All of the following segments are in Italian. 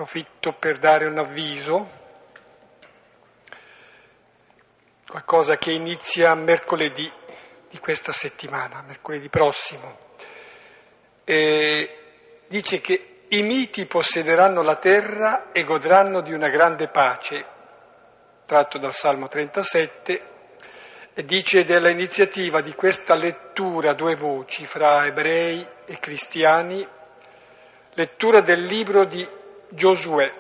approfitto per dare un avviso, qualcosa che inizia mercoledì di questa settimana, mercoledì prossimo. Dice che i miti possederanno la terra e godranno di una grande pace, tratto dal Salmo 37, e dice dell'iniziativa di questa lettura a due voci fra ebrei e cristiani, lettura del libro di Giosuè.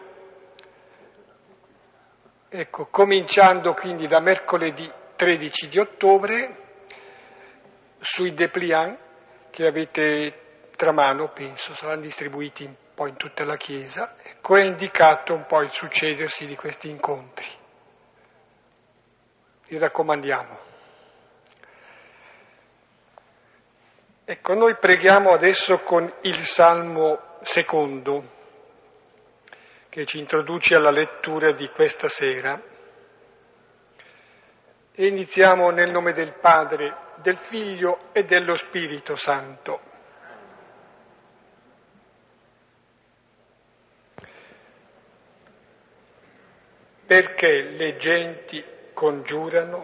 Ecco, cominciando quindi da mercoledì 13 di ottobre, sui dépliant che avete tra mano, penso, saranno distribuiti un po' in tutta la Chiesa, ecco, è indicato un po' il succedersi di questi incontri. Li raccomandiamo. Ecco, noi preghiamo adesso con il Salmo secondo, che ci introduce alla lettura di questa sera. E iniziamo nel nome del Padre, del Figlio e dello Spirito Santo. Perché le genti congiurano,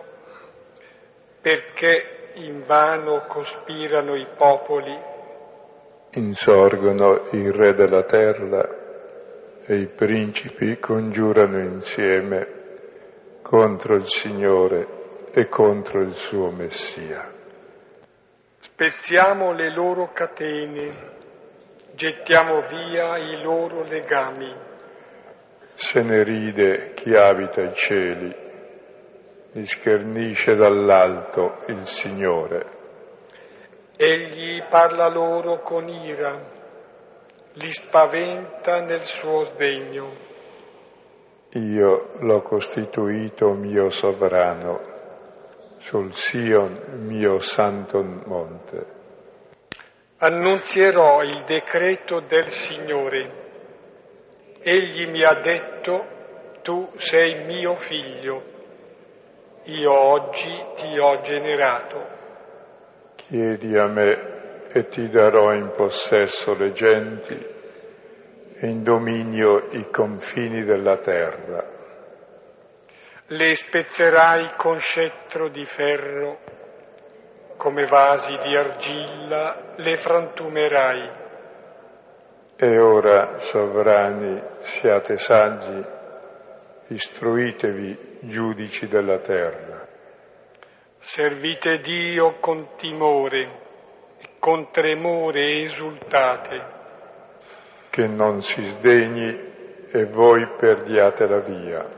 perché invano cospirano i popoli. Insorgono i re della terra e i principi congiurano insieme contro il Signore e contro il suo Messia. Spezziamo le loro catene, gettiamo via i loro legami. Se ne ride chi abita i cieli, li schernisce dall'alto il Signore. Egli parla loro con ira, li spaventa nel suo sdegno. Io l'ho costituito mio sovrano, sul Sion mio santo monte. Annunzierò il decreto del Signore. Egli mi ha detto, tu sei mio figlio, io oggi ti ho generato. Chiedi a me e ti darò in possesso le genti e in dominio i confini della terra. Le spezzerai con scettro di ferro, come vasi di argilla le frantumerai. E ora, sovrani, siate saggi, istruitevi, giudici della terra. Servite Dio con timore e con tremore esultate. Che non si sdegni e voi perdiate la via.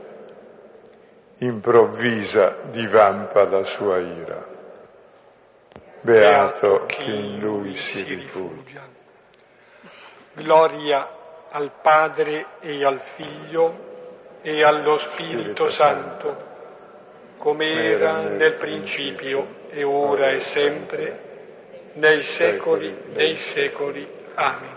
Improvvisa divampa la sua ira. Beato chi in lui si rifugia. Gloria al Padre e al Figlio e allo Spirito Santo, come era nel principio e ora e sempre, nei secoli dei secoli. Amen.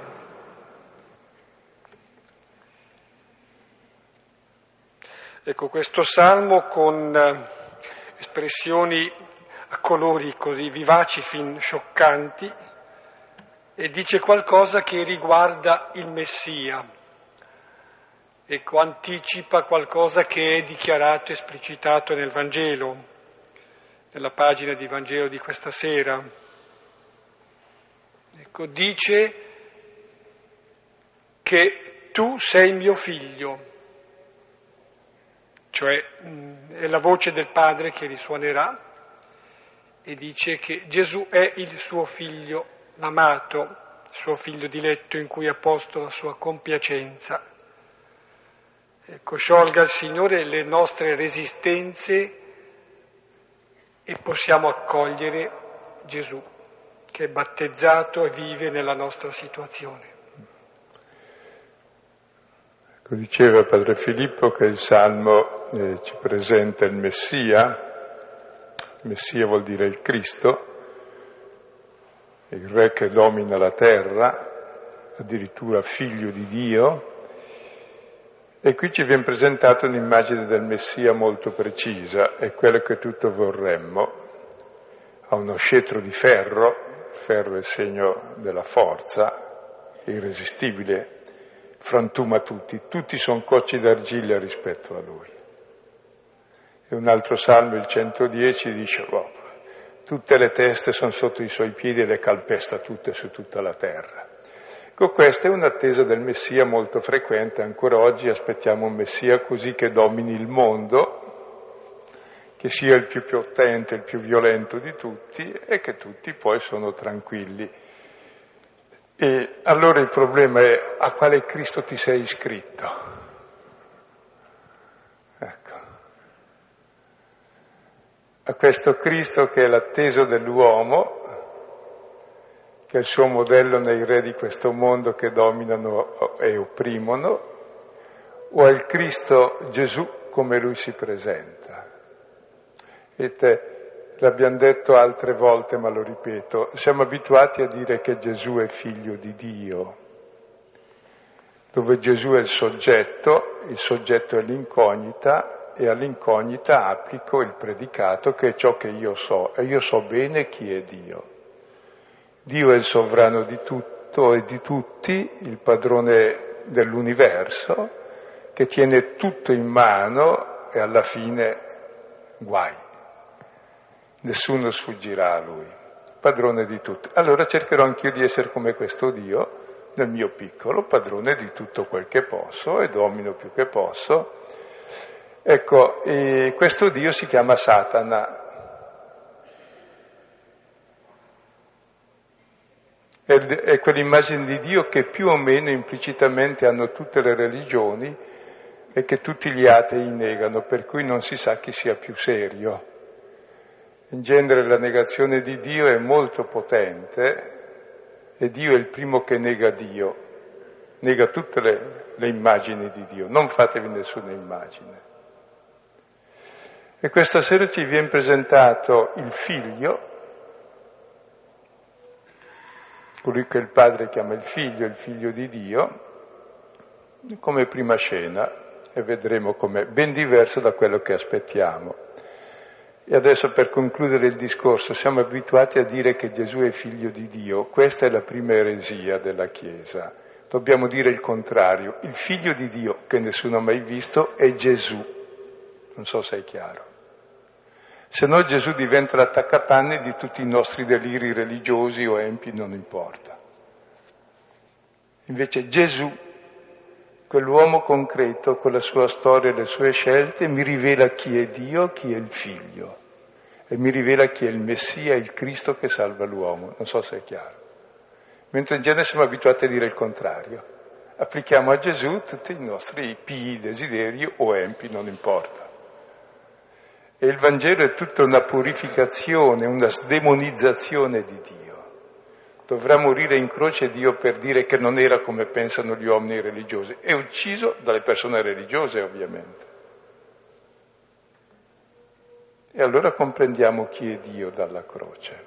Ecco, questo salmo con espressioni a colori così vivaci fin scioccanti, e dice qualcosa che riguarda il Messia, ecco, anticipa qualcosa che è dichiarato, esplicitato nel Vangelo, nella pagina di Vangelo di questa sera. Ecco, dice che tu sei mio figlio, cioè è la voce del Padre che risuonerà, e dice che Gesù è il suo figlio l'amato, suo figlio diletto in cui ha posto la sua compiacenza. Ecco, sciolga il Signore le nostre resistenze e possiamo accogliere Gesù, che è battezzato e vive nella nostra situazione. Ecco, diceva Padre Filippo che il Salmo ci presenta il Messia. Il Messia vuol dire il Cristo, il Re che domina la terra, addirittura figlio di Dio, e qui ci viene presentata un'immagine del Messia molto precisa, è quello che tutto vorremmo. Ha uno scettro di ferro, ferro è segno della forza, irresistibile, frantuma tutti sono cocci d'argilla rispetto a lui. E un altro salmo, il 110, dice, tutte le teste sono sotto i suoi piedi e le calpesta tutte su tutta la terra. Ecco, questa è un'attesa del Messia molto frequente, ancora oggi aspettiamo un Messia così che domini il mondo, che sia il più potente, il più violento di tutti e che tutti poi sono tranquilli. E allora il problema è a quale Cristo ti sei iscritto? Ecco. A questo Cristo che è l'atteso dell'uomo, che è il suo modello nei re di questo mondo che dominano e opprimono, o al Cristo Gesù come lui si presenta. L'abbiamo detto altre volte, ma lo ripeto, siamo abituati a dire che Gesù è figlio di Dio, dove Gesù è il soggetto è l'incognita e all'incognita applico il predicato che è ciò che io so, e io so bene chi è Dio. Dio è il sovrano di tutto e di tutti, il padrone dell'universo, che tiene tutto in mano e alla fine guai. Nessuno sfuggirà a lui, padrone di tutto. Allora cercherò anch'io di essere come questo Dio, nel mio piccolo, padrone di tutto quel che posso e domino più che posso. Ecco, e questo Dio si chiama Satana. È quell'immagine di Dio che più o meno implicitamente hanno tutte le religioni e che tutti gli atei negano, per cui non si sa chi sia più serio. In genere la negazione di Dio è molto potente e Dio è il primo che nega Dio, nega tutte le immagini di Dio, non fatevi nessuna immagine. E questa sera ci viene presentato il Figlio, colui che il Padre chiama il Figlio di Dio, come prima scena, e vedremo com'è ben diverso da quello che aspettiamo. E adesso per concludere il discorso, siamo abituati a dire che Gesù è figlio di Dio, questa è la prima eresia della Chiesa. Dobbiamo dire il contrario, il figlio di Dio che nessuno ha mai visto è Gesù, non so se è chiaro. Se no Gesù diventa l'attaccapanni di tutti i nostri deliri religiosi o empi, non importa. Invece Gesù, quell'uomo concreto, con la sua storia e le sue scelte, mi rivela chi è Dio, chi è il Figlio, e mi rivela chi è il Messia, il Cristo che salva l'uomo. Non so se è chiaro. Mentre in genere siamo abituati a dire il contrario. Applichiamo a Gesù tutti i nostri pii desideri o empi, non importa. E il Vangelo è tutta una purificazione, una sdemonizzazione di Dio. Dovrà morire in croce Dio per dire che non era come pensano gli uomini religiosi. È ucciso dalle persone religiose, ovviamente. E allora comprendiamo chi è Dio dalla croce.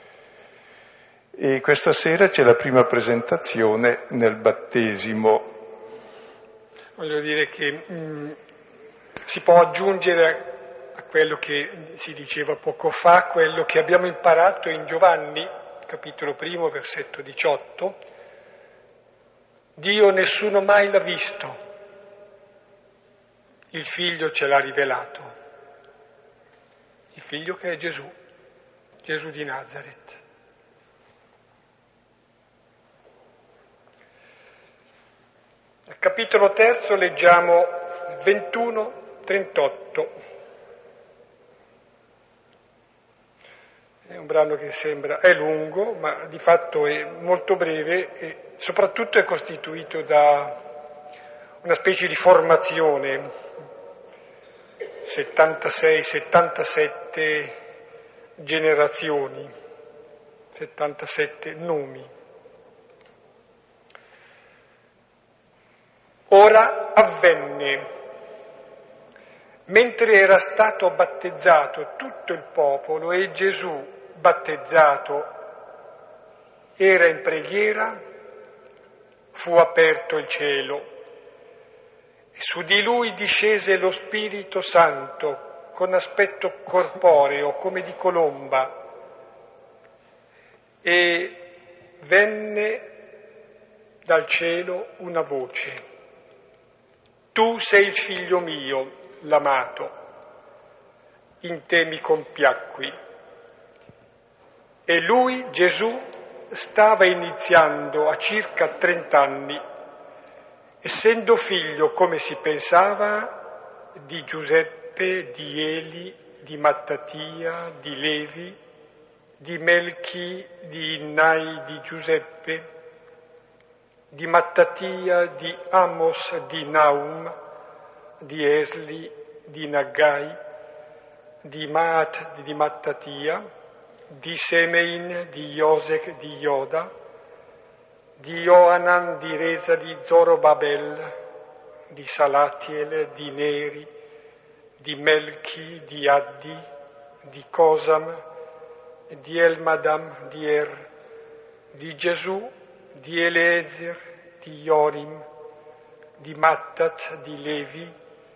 E questa sera c'è la prima presentazione nel battesimo. Voglio dire che si può aggiungere a quello che si diceva poco fa, quello che abbiamo imparato in Giovanni, capitolo 1, versetto 18. Dio nessuno mai l'ha visto, il Figlio ce l'ha rivelato, il Figlio che è Gesù, Gesù di Nazaret. Al capitolo 3 leggiamo 21-38. È un brano che è lungo, ma di fatto è molto breve e soprattutto è costituito da una specie di formazione, 76-77 generazioni, 77 nomi. Ora avvenne, mentre era stato battezzato tutto il popolo e Gesù battezzato era in preghiera, fu aperto il cielo e su di lui discese lo Spirito Santo con aspetto corporeo come di colomba e venne dal cielo una voce: tu sei il figlio mio, l'amato, in te mi compiacqui. E lui, Gesù, stava iniziando a circa 30 anni, essendo figlio, come si pensava, di Giuseppe, di Eli, di Mattatia, di Levi, di Melchi, di Innai, di Giuseppe, di Mattatia, di Amos, di Naum, di Esli, di Naggai, di Maat, di Mattatia, di Semein, di Iosec, di Ioda, di Johanan, di Reza, di Zorobabel, di Salatiel, di Neri, di Melchi, di Addi, di Cosam, di Elmadam, di Er, di Gesù, di Elezer, di Jorim, di Mattat, di Levi,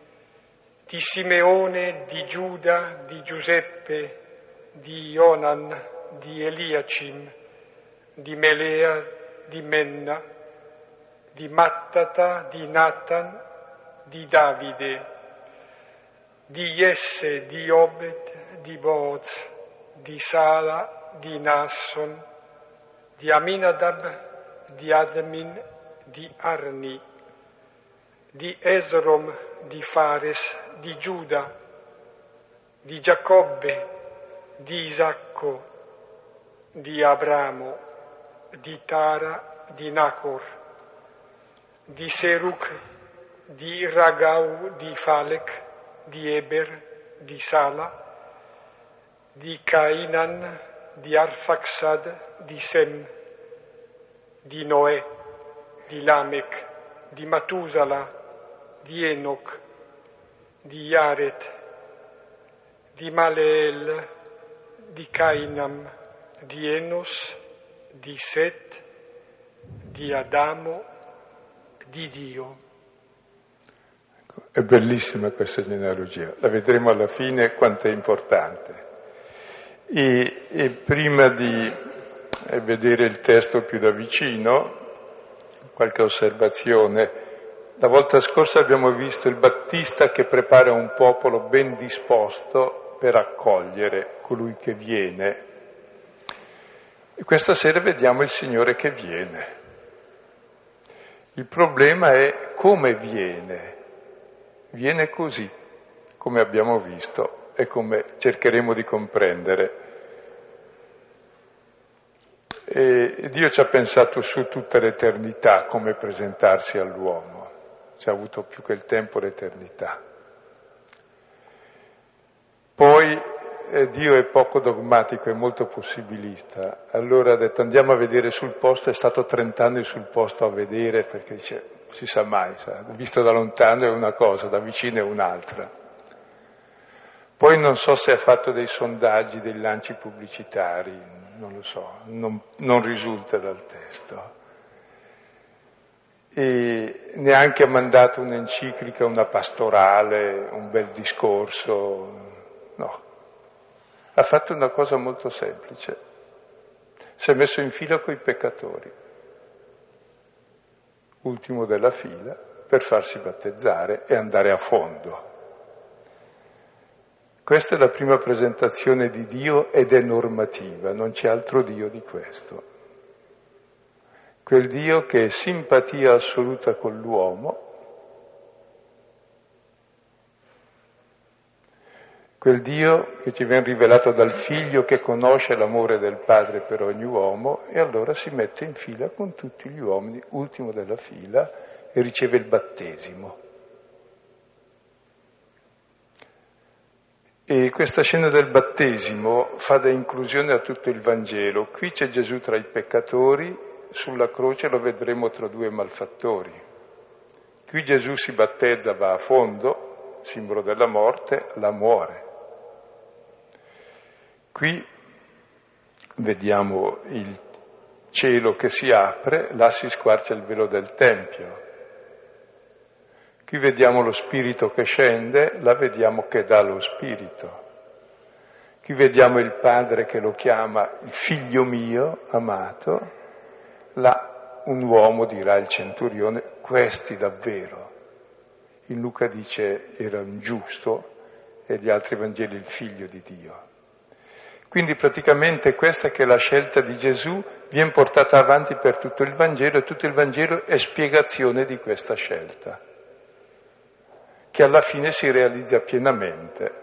di Simeone, di Giuda, di Giuseppe, di Jonan, di Eliacim, di Melea, di Menna, di Mattata, di Natan, di Davide, di Jesse, di Obed, di Booz, di Sala, di Nasson, di Aminadab, di Admin, di Arni, di Esrom, di Fares, di Giuda, di Giacobbe, di Isacco, di Abramo, di Tara, di Nacor, di Seruc, di Ragau, di Falec, di Eber, di Sala, di Cainan, di Arfaxad, di Sem, di Noè, di Lamech, di Matusala, di Enoch, di Yaret, di Maleel, di Cainam, di Enos, di Set, di Adamo, di Dio. È bellissima questa genealogia, la vedremo alla fine quanto è importante. E prima di vedere il testo più da vicino, qualche osservazione. La volta scorsa abbiamo visto il Battista che prepara un popolo ben disposto per accogliere colui che viene. E questa sera vediamo il Signore che viene. Il problema è come viene. Viene così, come abbiamo visto e come cercheremo di comprendere. E Dio ci ha pensato su tutta l'eternità come presentarsi all'uomo. Ci ha avuto più che il tempo l'eternità. Poi Dio è poco dogmatico, è molto possibilista. Allora ha detto andiamo a vedere sul posto, è stato 30 anni sul posto a vedere perché dice, si sa mai, visto da lontano è una cosa, da vicino è un'altra. Poi non so se ha fatto dei sondaggi, dei lanci pubblicitari, non lo so, non risulta dal testo. E neanche ha mandato un'enciclica, una pastorale, un bel discorso, no. Ha fatto una cosa molto semplice, si è messo in fila coi peccatori, ultimo della fila, per farsi battezzare e andare a fondo. Questa è la prima presentazione di Dio ed è normativa, non c'è altro Dio di questo. Quel Dio che è simpatia assoluta con l'uomo, quel Dio che ci viene rivelato dal Figlio che conosce l'amore del Padre per ogni uomo e allora si mette in fila con tutti gli uomini, ultimo della fila, e riceve il battesimo. E questa scena del battesimo fa da inclusione a tutto il Vangelo. Qui c'è Gesù tra i peccatori, sulla croce lo vedremo tra due malfattori. Qui Gesù si battezza, va a fondo, simbolo della morte, la muore. Qui vediamo il cielo che si apre, là si squarcia il velo del Tempio. Qui vediamo lo Spirito che scende, là vediamo che dà lo Spirito. Qui vediamo il Padre che lo chiama il Figlio mio amato, là un uomo, dirà il centurione, questi davvero. In Luca dice era un giusto e gli altri Vangeli il figlio di Dio. Quindi praticamente questa che è la scelta di Gesù viene portata avanti per tutto il Vangelo e tutto il Vangelo è spiegazione di questa scelta, che alla fine si realizza pienamente.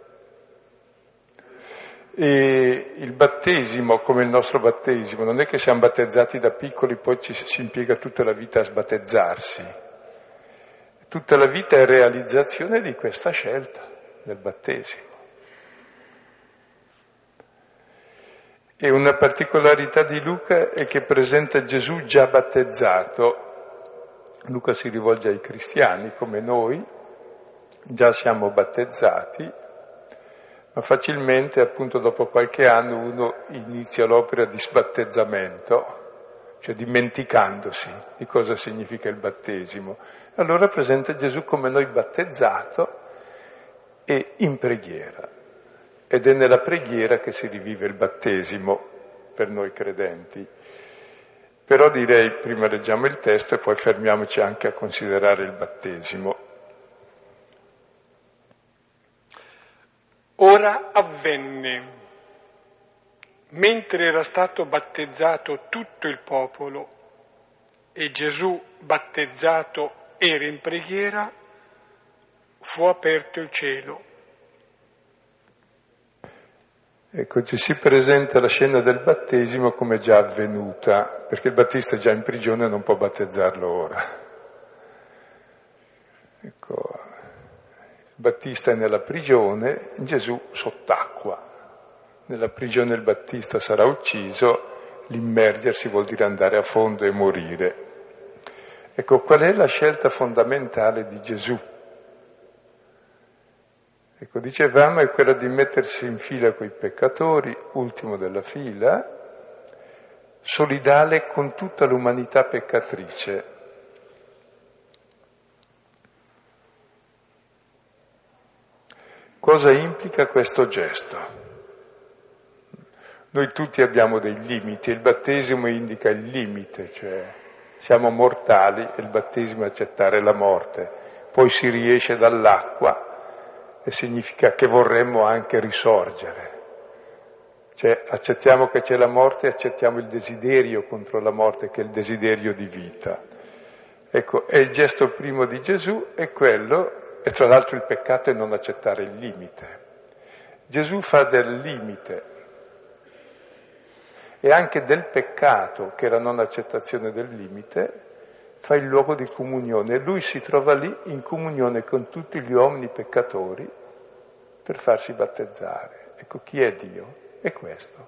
E il battesimo, come il nostro battesimo, non è che siamo battezzati da piccoli, poi si impiega tutta la vita a sbattezzarsi. Tutta la vita è realizzazione di questa scelta del battesimo. E una particolarità di Luca è che presenta Gesù già battezzato. Luca si rivolge ai cristiani come noi, già siamo battezzati, ma facilmente, appunto, dopo qualche anno uno inizia l'opera di sbattezzamento, cioè dimenticandosi di cosa significa il battesimo. Allora presenta Gesù come noi battezzato e in preghiera. Ed è nella preghiera che si rivive il battesimo per noi credenti. Però direi, prima leggiamo il testo e poi fermiamoci anche a considerare il battesimo. Ora avvenne, mentre era stato battezzato tutto il popolo e Gesù battezzato era in preghiera, fu aperto il cielo. Ecco, ci si presenta la scena del battesimo come già avvenuta, perché il Battista è già in prigione e non può battezzarlo ora. Ecco, il Battista è nella prigione, Gesù sott'acqua. Nella prigione il Battista sarà ucciso, l'immergersi vuol dire andare a fondo e morire. Ecco, qual è la scelta fondamentale di Gesù? Ecco, dicevamo, è quella di mettersi in fila coi peccatori, ultimo della fila, solidale con tutta l'umanità peccatrice. Cosa implica questo gesto? Noi tutti abbiamo dei limiti, il battesimo indica il limite, cioè siamo mortali e il battesimo è accettare la morte, poi si riesce dall'acqua e significa che vorremmo anche risorgere. Cioè accettiamo che c'è la morte e accettiamo il desiderio contro la morte, che è il desiderio di vita. Ecco, e il gesto primo di Gesù è quello, e tra l'altro il peccato è non accettare il limite. Gesù fa del limite e anche del peccato, che è la non accettazione del limite, fa il luogo di comunione. Lui si trova lì in comunione con tutti gli uomini peccatori per farsi battezzare. Ecco, chi è Dio? È questo.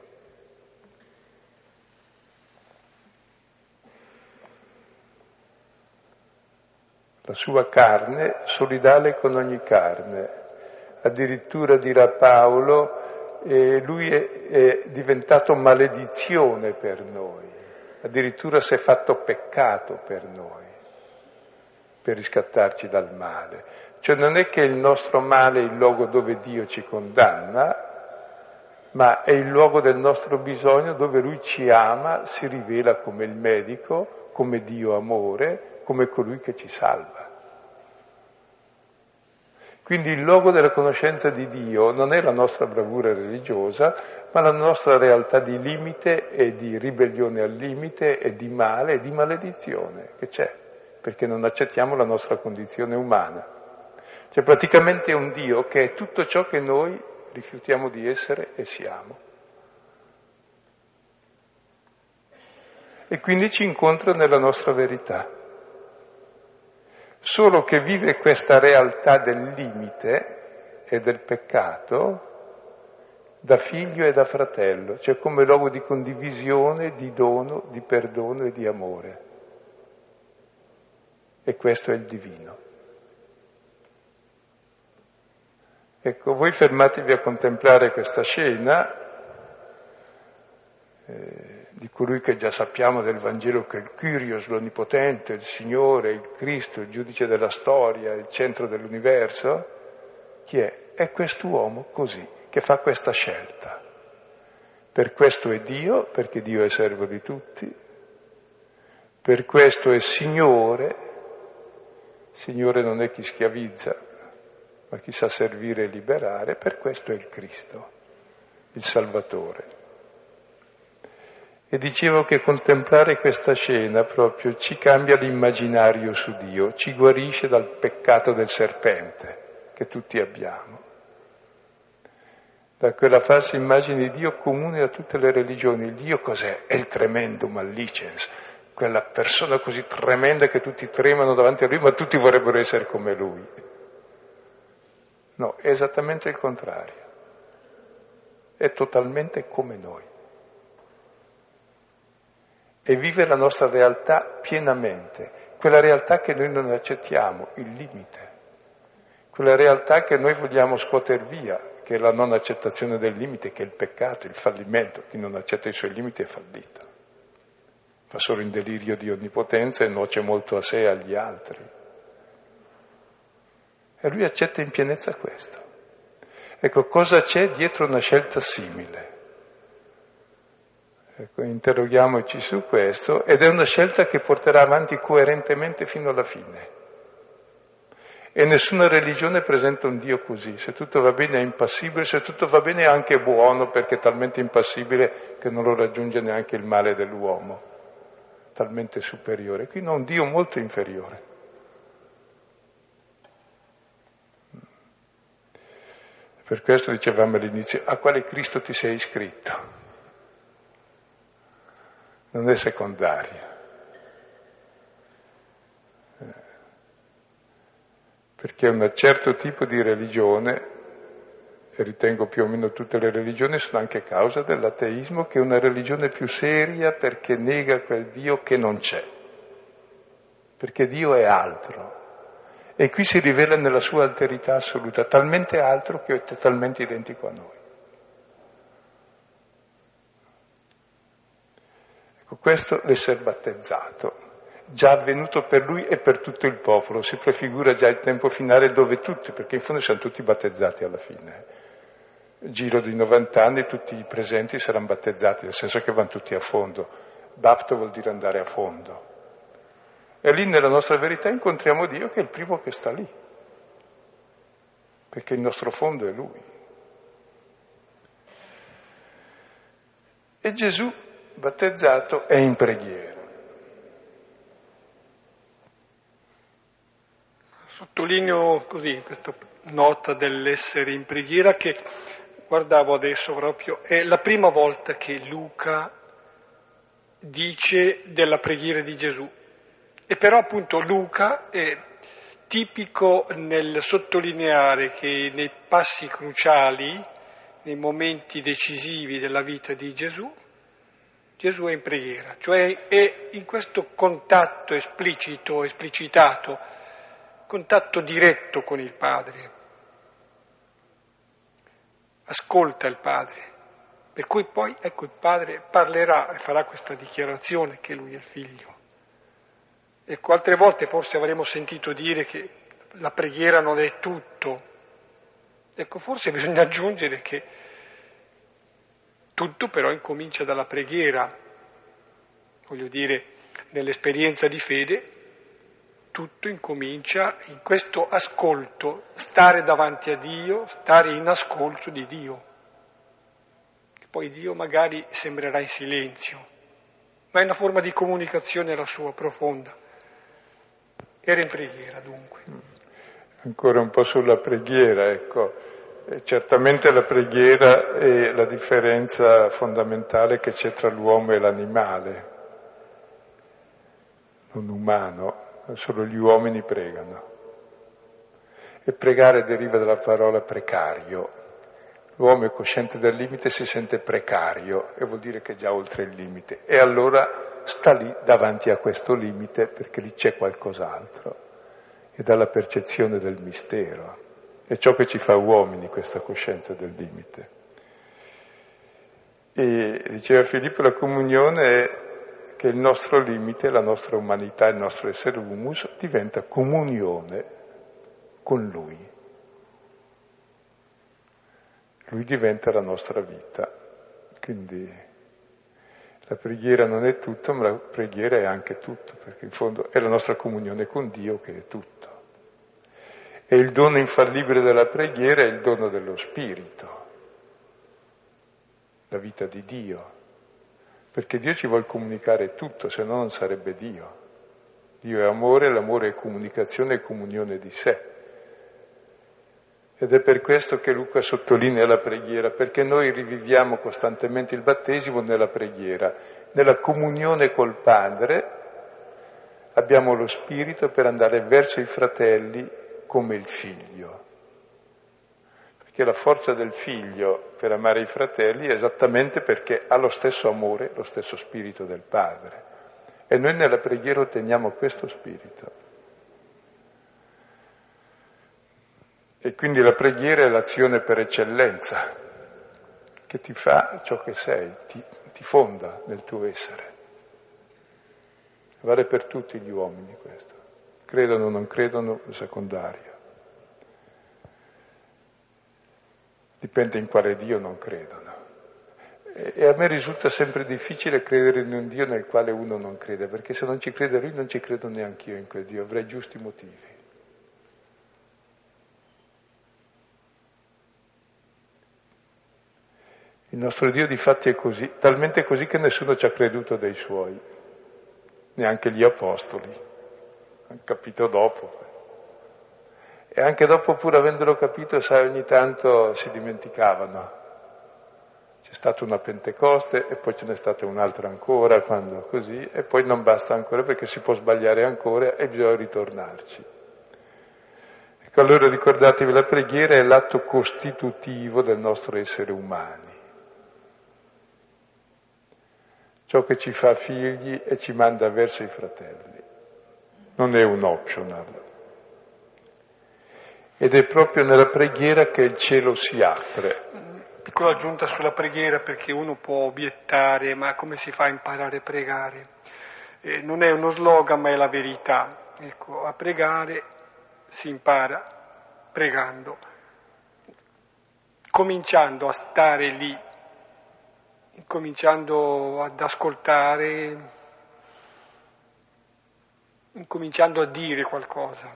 La sua carne solidale con ogni carne. Addirittura dirà Paolo, lui è diventato maledizione per noi. Addirittura si è fatto peccato per noi, per riscattarci dal male. Cioè non è che il nostro male è il luogo dove Dio ci condanna, ma è il luogo del nostro bisogno dove Lui ci ama, si rivela come il medico, come Dio amore, come colui che ci salva. Quindi il luogo della conoscenza di Dio non è la nostra bravura religiosa, ma la nostra realtà di limite e di ribellione al limite e di male e di maledizione che c'è, perché non accettiamo la nostra condizione umana. Cioè praticamente è un Dio che è tutto ciò che noi rifiutiamo di essere e siamo. E quindi ci incontra nella nostra verità. Solo che vive questa realtà del limite e del peccato da figlio e da fratello, cioè come luogo di condivisione, di dono, di perdono e di amore. E questo è il divino. Ecco, voi fermatevi a contemplare questa scena di colui che già sappiamo del Vangelo che è il Kyrios, l'Onnipotente, il Signore, il Cristo, il giudice della storia, il centro dell'universo. Chi è? È quest'uomo così, che fa questa scelta. Per questo è Dio, perché Dio è servo di tutti, Per questo è Signore. Signore non è chi schiavizza, ma chi sa servire e liberare. Per questo è il Cristo, il Salvatore. E dicevo che contemplare questa scena proprio ci cambia l'immaginario su Dio, ci guarisce dal peccato del serpente che tutti abbiamo, da quella falsa immagine di Dio comune a tutte le religioni. Il Dio cos'è? È il tremendo mallicens, quella persona così tremenda che tutti tremano davanti a Lui, ma tutti vorrebbero essere come Lui. No, è esattamente il contrario, è totalmente come noi. E vive la nostra realtà pienamente, quella realtà che noi non accettiamo, il limite, quella realtà che noi vogliamo scuoter via, che è la non accettazione del limite, che è il peccato, il fallimento. Chi non accetta i suoi limiti è fallito, fa solo in delirio di onnipotenza e nuoce molto a sé e agli altri. E lui accetta in pienezza questo. Ecco, cosa c'è dietro una scelta simile? Ecco, interroghiamoci su questo, ed è una scelta che porterà avanti coerentemente fino alla fine. E nessuna religione presenta un Dio così. Se tutto va bene è impassibile, se tutto va bene è anche buono, perché è talmente impassibile che non lo raggiunge neanche il male dell'uomo, talmente superiore. Qui no, un Dio molto inferiore. Per questo dicevamo all'inizio, a quale Cristo ti sei iscritto? Non è secondario. Perché un certo tipo di religione, e ritengo più o meno tutte le religioni, sono anche causa dell'ateismo, che è una religione più seria perché nega quel Dio che non c'è. Perché Dio è altro. E qui si rivela nella sua alterità assoluta, talmente altro che è totalmente identico a noi. Questo l'essere battezzato, già avvenuto per lui e per tutto il popolo, si prefigura già il tempo finale dove tutti, perché in fondo siamo tutti battezzati alla fine. Giro di 90 anni tutti i presenti saranno battezzati, nel senso che vanno tutti a fondo. Bapto vuol dire andare a fondo. E lì nella nostra verità incontriamo Dio che è il primo che sta lì, perché il nostro fondo è Lui. E Gesù battezzato è in preghiera. Sottolineo così questa nota dell'essere in preghiera che guardavo adesso proprio, è la prima volta che Luca dice della preghiera di Gesù. E però appunto Luca è tipico nel sottolineare che nei passi cruciali, nei momenti decisivi della vita di Gesù, Gesù è in preghiera, cioè è in questo contatto esplicito, esplicitato, contatto diretto con il Padre. Ascolta il Padre, per cui poi, ecco, il Padre parlerà e farà questa dichiarazione che Lui è il Figlio. Ecco, altre volte forse avremo sentito dire che la preghiera non è tutto. Ecco, forse bisogna aggiungere che tutto però incomincia dalla preghiera. Voglio dire, nell'esperienza di fede, tutto incomincia in questo ascolto, stare davanti a Dio, stare in ascolto di Dio. Che poi Dio magari sembrerà in silenzio, ma è una forma di comunicazione la sua profonda. Era in preghiera dunque. Ancora un po' sulla preghiera, ecco. Certamente la preghiera è la differenza fondamentale che c'è tra l'uomo e l'animale, non umano, solo gli uomini pregano. E pregare deriva dalla parola precario. L'uomo è cosciente del limite e si sente precario, e vuol dire che è già oltre il limite. E allora sta lì davanti a questo limite perché lì c'è qualcos'altro. E dalla percezione del mistero. È ciò che ci fa uomini, questa coscienza del limite. E diceva Filippo, la comunione è che il nostro limite, la nostra umanità, il nostro essere humus diventa comunione con Lui. Lui diventa la nostra vita. Quindi La preghiera non è tutto, ma la preghiera è anche tutto, perché in fondo è la nostra comunione con Dio che è tutto. E il dono infallibile della preghiera è il dono dello Spirito, la vita di Dio, perché Dio ci vuole comunicare tutto, se no non sarebbe Dio. Dio è amore, l'amore è comunicazione e comunione di sé. Ed è per questo che Luca sottolinea la preghiera, perché noi riviviamo costantemente il battesimo nella preghiera. Nella comunione col Padre abbiamo lo Spirito per andare verso i fratelli come il Figlio. Perché la forza del Figlio per amare i fratelli è esattamente perché ha lo stesso amore, lo stesso Spirito del Padre. E noi nella preghiera otteniamo questo Spirito. E quindi la preghiera è l'azione per eccellenza, che ti fa ciò che sei, ti fonda nel tuo essere. Vale per tutti gli uomini questo. Credono o non credono, è secondario. Dipende in quale Dio non credono. E a me risulta sempre difficile credere in un Dio nel quale uno non crede, perché se non ci crede Lui non ci credo neanche io in quel Dio, avrei giusti motivi. Il nostro Dio di fatti è così, talmente così che nessuno ci ha creduto dei Suoi, neanche gli Apostoli, hanno capito dopo. E anche dopo, pur avendolo capito, sai, ogni tanto si dimenticavano. C'è stata una Pentecoste e poi ce n'è stata un'altra ancora, quando così, e poi non basta ancora perché si può sbagliare ancora e bisogna ritornarci. Ecco, allora ricordatevi, la preghiera è l'atto costitutivo del nostro essere umani. Ciò che ci fa figli e ci manda verso i fratelli. Non è un optional. Ed è proprio nella preghiera che il cielo si apre. Piccola aggiunta sulla preghiera, perché uno può obiettare, ma come si fa a imparare a pregare? Non è uno slogan, ma è la verità. Ecco, a pregare si impara pregando, cominciando a stare lì, incominciando ad ascoltare, incominciando a dire qualcosa.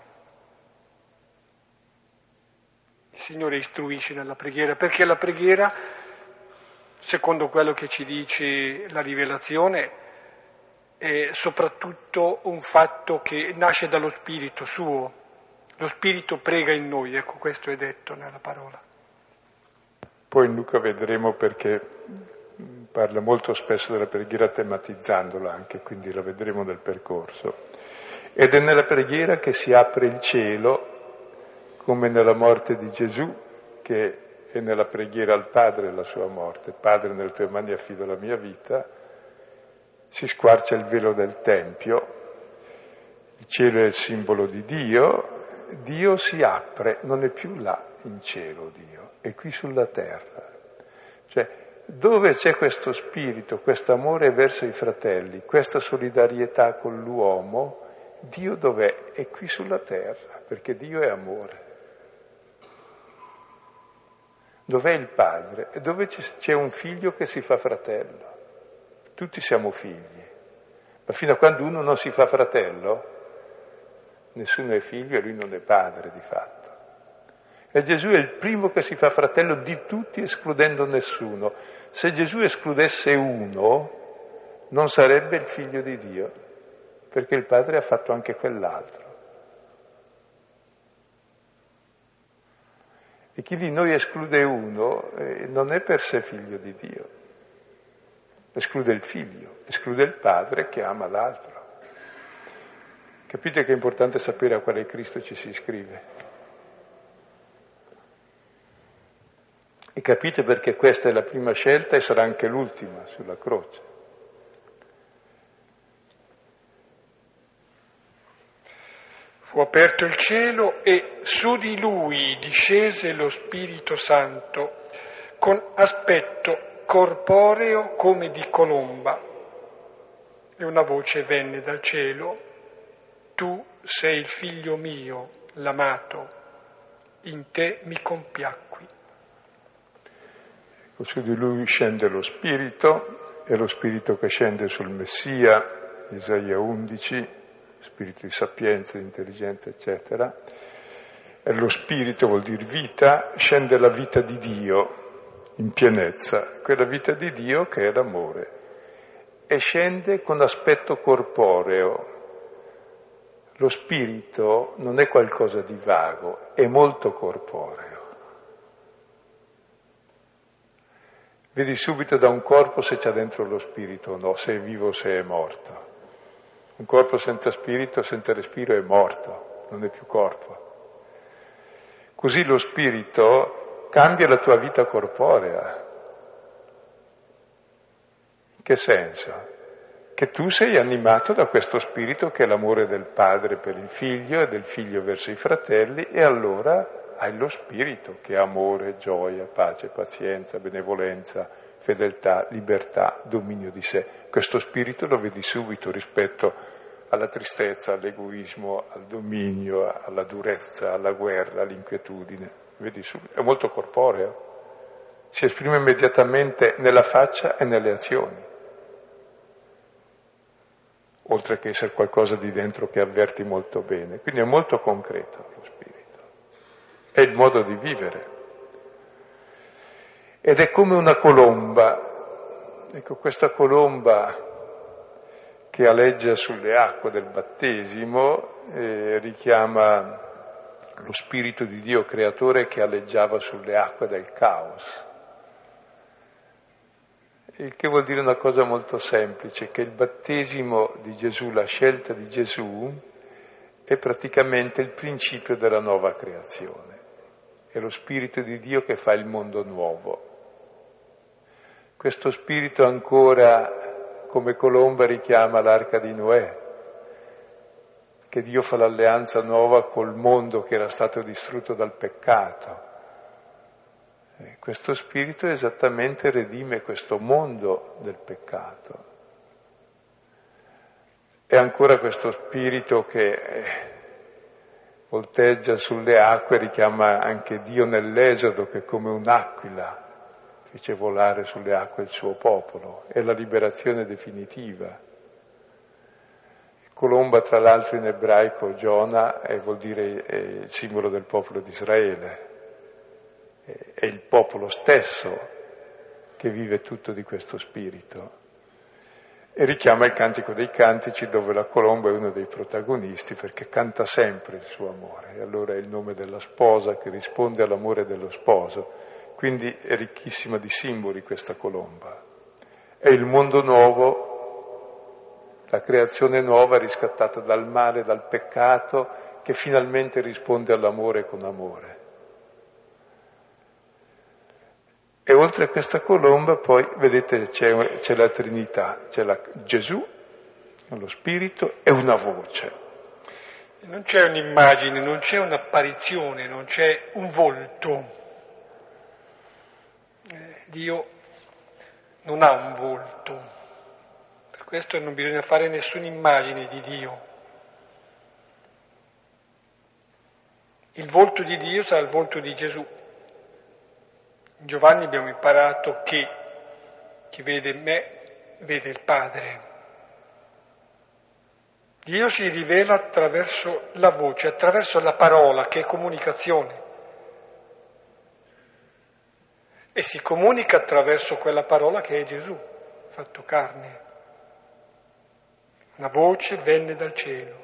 Il Signore istruisce nella preghiera, perché la preghiera, secondo quello che ci dice la rivelazione, è soprattutto un fatto che nasce dallo Spirito suo. Lo Spirito prega in noi, ecco, questo è detto nella parola. Poi in Luca vedremo perché parla molto spesso della preghiera tematizzandola anche, quindi la vedremo nel percorso. Ed è nella preghiera che si apre il cielo, come nella morte di Gesù, che è nella preghiera al Padre la sua morte. Padre, nelle tue mani affido la mia vita, si squarcia il velo del Tempio, il cielo è il simbolo di Dio, Dio si apre, non è più là in cielo Dio, è qui sulla terra. Cioè, dove c'è questo spirito, questo amore verso i fratelli, questa solidarietà con l'uomo, Dio dov'è? È qui sulla terra, perché Dio è amore. Dov'è il padre? E dove c'è un figlio che si fa fratello? Tutti siamo figli, ma fino a quando uno non si fa fratello, nessuno è figlio e lui non è padre di fatto. E Gesù è il primo che si fa fratello di tutti, escludendo nessuno. Se Gesù escludesse uno, non sarebbe il figlio di Dio, perché il padre ha fatto anche quell'altro. E chi di noi esclude uno non è per sé figlio di Dio, esclude il figlio, esclude il padre che ama l'altro. Capite che è importante sapere a quale Cristo ci si iscrive? E capite perché questa è la prima scelta e sarà anche l'ultima sulla croce. Fu aperto il cielo e su di lui discese lo Spirito Santo con aspetto corporeo come di colomba. E una voce venne dal cielo: tu sei il figlio mio, l'amato, in te mi compiacqui. Su di lui scende lo Spirito è lo spirito che scende sul Messia, Isaia 11, spirito di sapienza, di intelligenza, eccetera. E lo spirito vuol dire vita, scende la vita di Dio in pienezza, quella vita di Dio che è l'amore, e scende con aspetto corporeo. Lo spirito non è qualcosa di vago, è molto corporeo. Vedi subito da un corpo se c'è dentro lo spirito o no, se è vivo o se è morto. Un corpo senza spirito, senza respiro è morto, non è più corpo. Così lo spirito cambia la tua vita corporea. In che senso? Che tu sei animato da questo spirito che è l'amore del padre per il figlio e del figlio verso i fratelli, e allora hai lo spirito che è amore, gioia, pace, pazienza, benevolenza, fedeltà, libertà, dominio di sé. Questo spirito lo vedi subito rispetto alla tristezza, all'egoismo, al dominio, alla durezza, alla guerra, all'inquietudine. Vedi subito, è molto corporeo, si esprime immediatamente nella faccia e nelle azioni, oltre che essere qualcosa di dentro che avverti molto bene. Quindi è molto concreto lo spirito, è il modo di vivere. Ed è come una colomba, ecco, questa colomba che aleggia sulle acque del battesimo richiama lo spirito di Dio creatore che aleggiava sulle acque del caos. Il che vuol dire una cosa molto semplice, che il battesimo di Gesù, la scelta di Gesù, è praticamente il principio della nuova creazione. È lo spirito di Dio che fa il mondo nuovo. Questo spirito ancora, come colomba, richiama l'arca di Noè, che Dio fa l'alleanza nuova col mondo che era stato distrutto dal peccato. Questo spirito esattamente redime questo mondo del peccato. E ancora questo spirito che volteggia sulle acque richiama anche Dio nell'Esodo, che come un'aquila fece volare sulle acque il suo popolo. È la liberazione definitiva. Colomba, tra l'altro, in ebraico, Giona, vuol dire è il simbolo del popolo di Israele. È il popolo stesso che vive tutto di questo spirito. E richiama il Cantico dei Cantici, dove la colomba è uno dei protagonisti, perché canta sempre il suo amore. E allora è il nome della sposa che risponde all'amore dello sposo. Quindi è ricchissima di simboli questa colomba. È il mondo nuovo, la creazione nuova riscattata dal male, dal peccato, che finalmente risponde all'amore con amore. E oltre a questa colomba poi, vedete, c'è la Trinità, c'è Gesù, lo Spirito e una voce. Non c'è un'immagine, non c'è un'apparizione, non c'è un volto. Dio non ha un volto, per questo non bisogna fare nessuna immagine di Dio. Il volto di Dio sarà il volto di Gesù. In Giovanni abbiamo imparato che chi vede me vede il Padre. Dio si rivela attraverso la voce, attraverso la parola, che è comunicazione. E si comunica attraverso quella parola che è Gesù, fatto carne. Una voce venne dal cielo.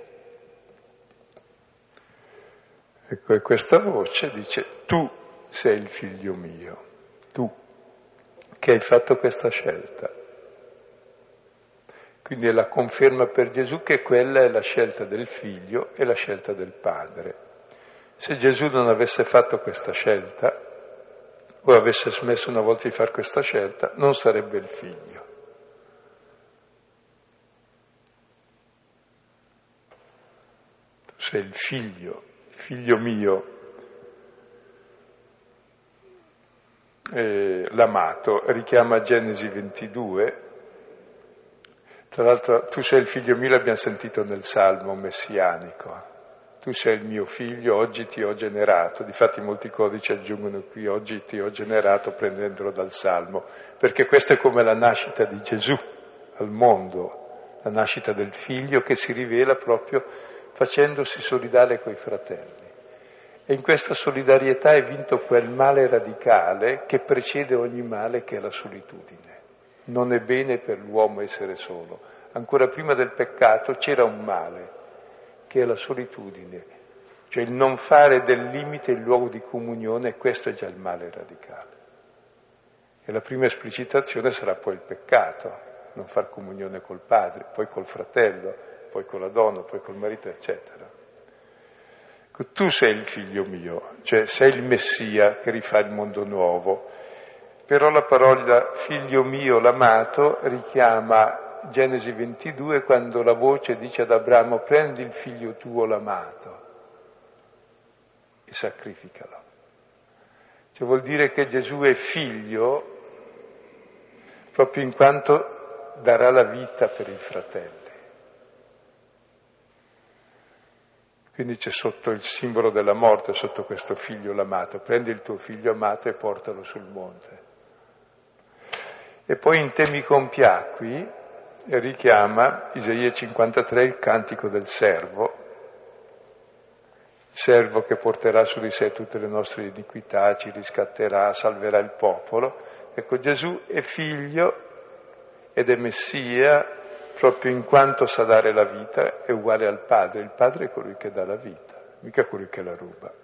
Ecco, e questa voce dice: tu sei il figlio mio, tu che hai fatto questa scelta. Quindi è la conferma per Gesù che quella è la scelta del figlio e la scelta del padre. Se Gesù non avesse fatto questa scelta, o avesse smesso una volta di fare questa scelta, non sarebbe il figlio. Tu sei il figlio mio, l'amato, richiama Genesi 22. Tra l'altro, tu sei il figlio mio, l'abbiamo sentito nel Salmo messianico. Tu sei il mio figlio, oggi ti ho generato. Difatti molti codici aggiungono qui, oggi ti ho generato, prendendolo dal Salmo, perché questa è come la nascita di Gesù al mondo, la nascita del figlio che si rivela proprio facendosi solidale coi fratelli. E in questa solidarietà è vinto quel male radicale che precede ogni male, che è la solitudine. Non è bene per l'uomo essere solo. Ancora prima del peccato c'era un male, che è la solitudine, cioè il non fare del limite il luogo di comunione, e questo è già il male radicale. E la prima esplicitazione sarà poi il peccato, non far comunione col padre, poi col fratello, poi con la donna, poi col marito, eccetera. Tu sei il figlio mio, cioè sei il Messia che rifà il mondo nuovo. Però la parola figlio mio, l'amato, richiama Genesi 22, quando la voce dice ad Abramo: prendi il figlio tuo, l'amato, e sacrificalo. Cioè vuol dire che Gesù è figlio proprio in quanto darà la vita per i fratelli. Quindi c'è sotto il simbolo della morte, sotto questo figlio l'amato. Prendi il tuo figlio amato e portalo sul monte. E poi in te mi compiacqui richiama Isaia 53, il cantico del servo, il servo che porterà su di sé tutte le nostre iniquità, ci riscatterà, salverà il popolo. Ecco, Gesù è figlio ed è Messia proprio in quanto sa dare la vita, è uguale al Padre. Il Padre è colui che dà la vita, mica colui che la ruba.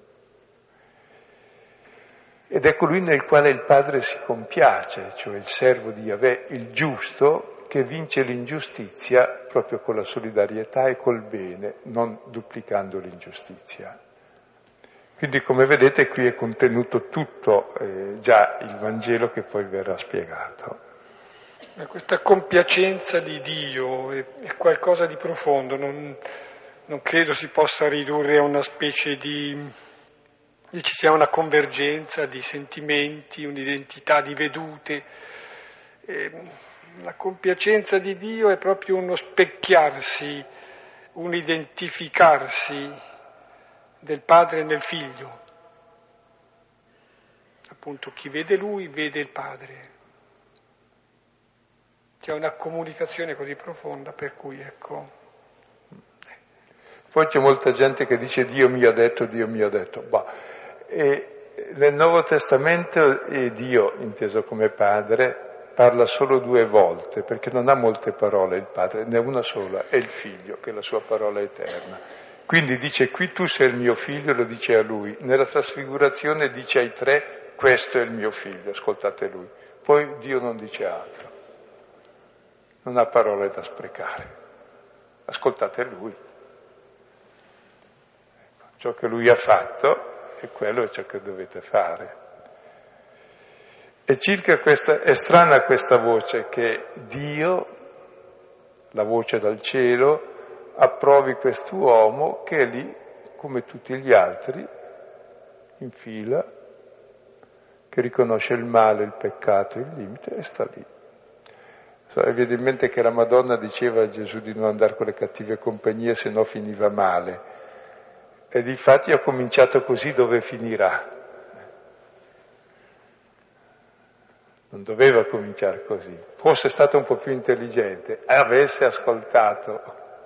Ed è colui nel quale il Padre si compiace, cioè il servo di Yahweh, il giusto, che vince l'ingiustizia proprio con la solidarietà e col bene, non duplicando l'ingiustizia. Quindi, come vedete, qui è contenuto tutto già il Vangelo che poi verrà spiegato. Questa compiacenza di Dio è qualcosa di profondo, non credo si possa ridurre a una specie di ci sia una convergenza di sentimenti, un'identità di vedute. La compiacenza di Dio è proprio uno specchiarsi, un identificarsi del Padre nel Figlio. Appunto, chi vede Lui vede il Padre. C'è una comunicazione così profonda per cui, ecco. Poi c'è molta gente che dice Dio mi ha detto, Dio mi ha detto. E nel Nuovo Testamento Dio, inteso come Padre, parla solo 2 volte, perché non ha molte parole il Padre, ne ha una sola, è il Figlio, che è la sua parola eterna. Quindi dice qui tu sei il mio figlio, lo dice a lui. Nella trasfigurazione dice ai 3, questo è il mio figlio, ascoltate lui. Poi Dio non dice altro. Non ha parole da sprecare. Ascoltate lui. Ecco, ciò che lui ha fatto è quello è ciò che dovete fare. E circa questa, è strana questa voce che Dio, la voce dal cielo, approvi quest'uomo che è lì come tutti gli altri, in fila, che riconosce il male, il peccato, il limite e sta lì. Evidentemente che la Madonna diceva a Gesù di non andare con le cattive compagnie, se no finiva male. E difatti ha cominciato così, dove finirà? Non doveva cominciare così. Fosse stato un po' più intelligente, avesse ascoltato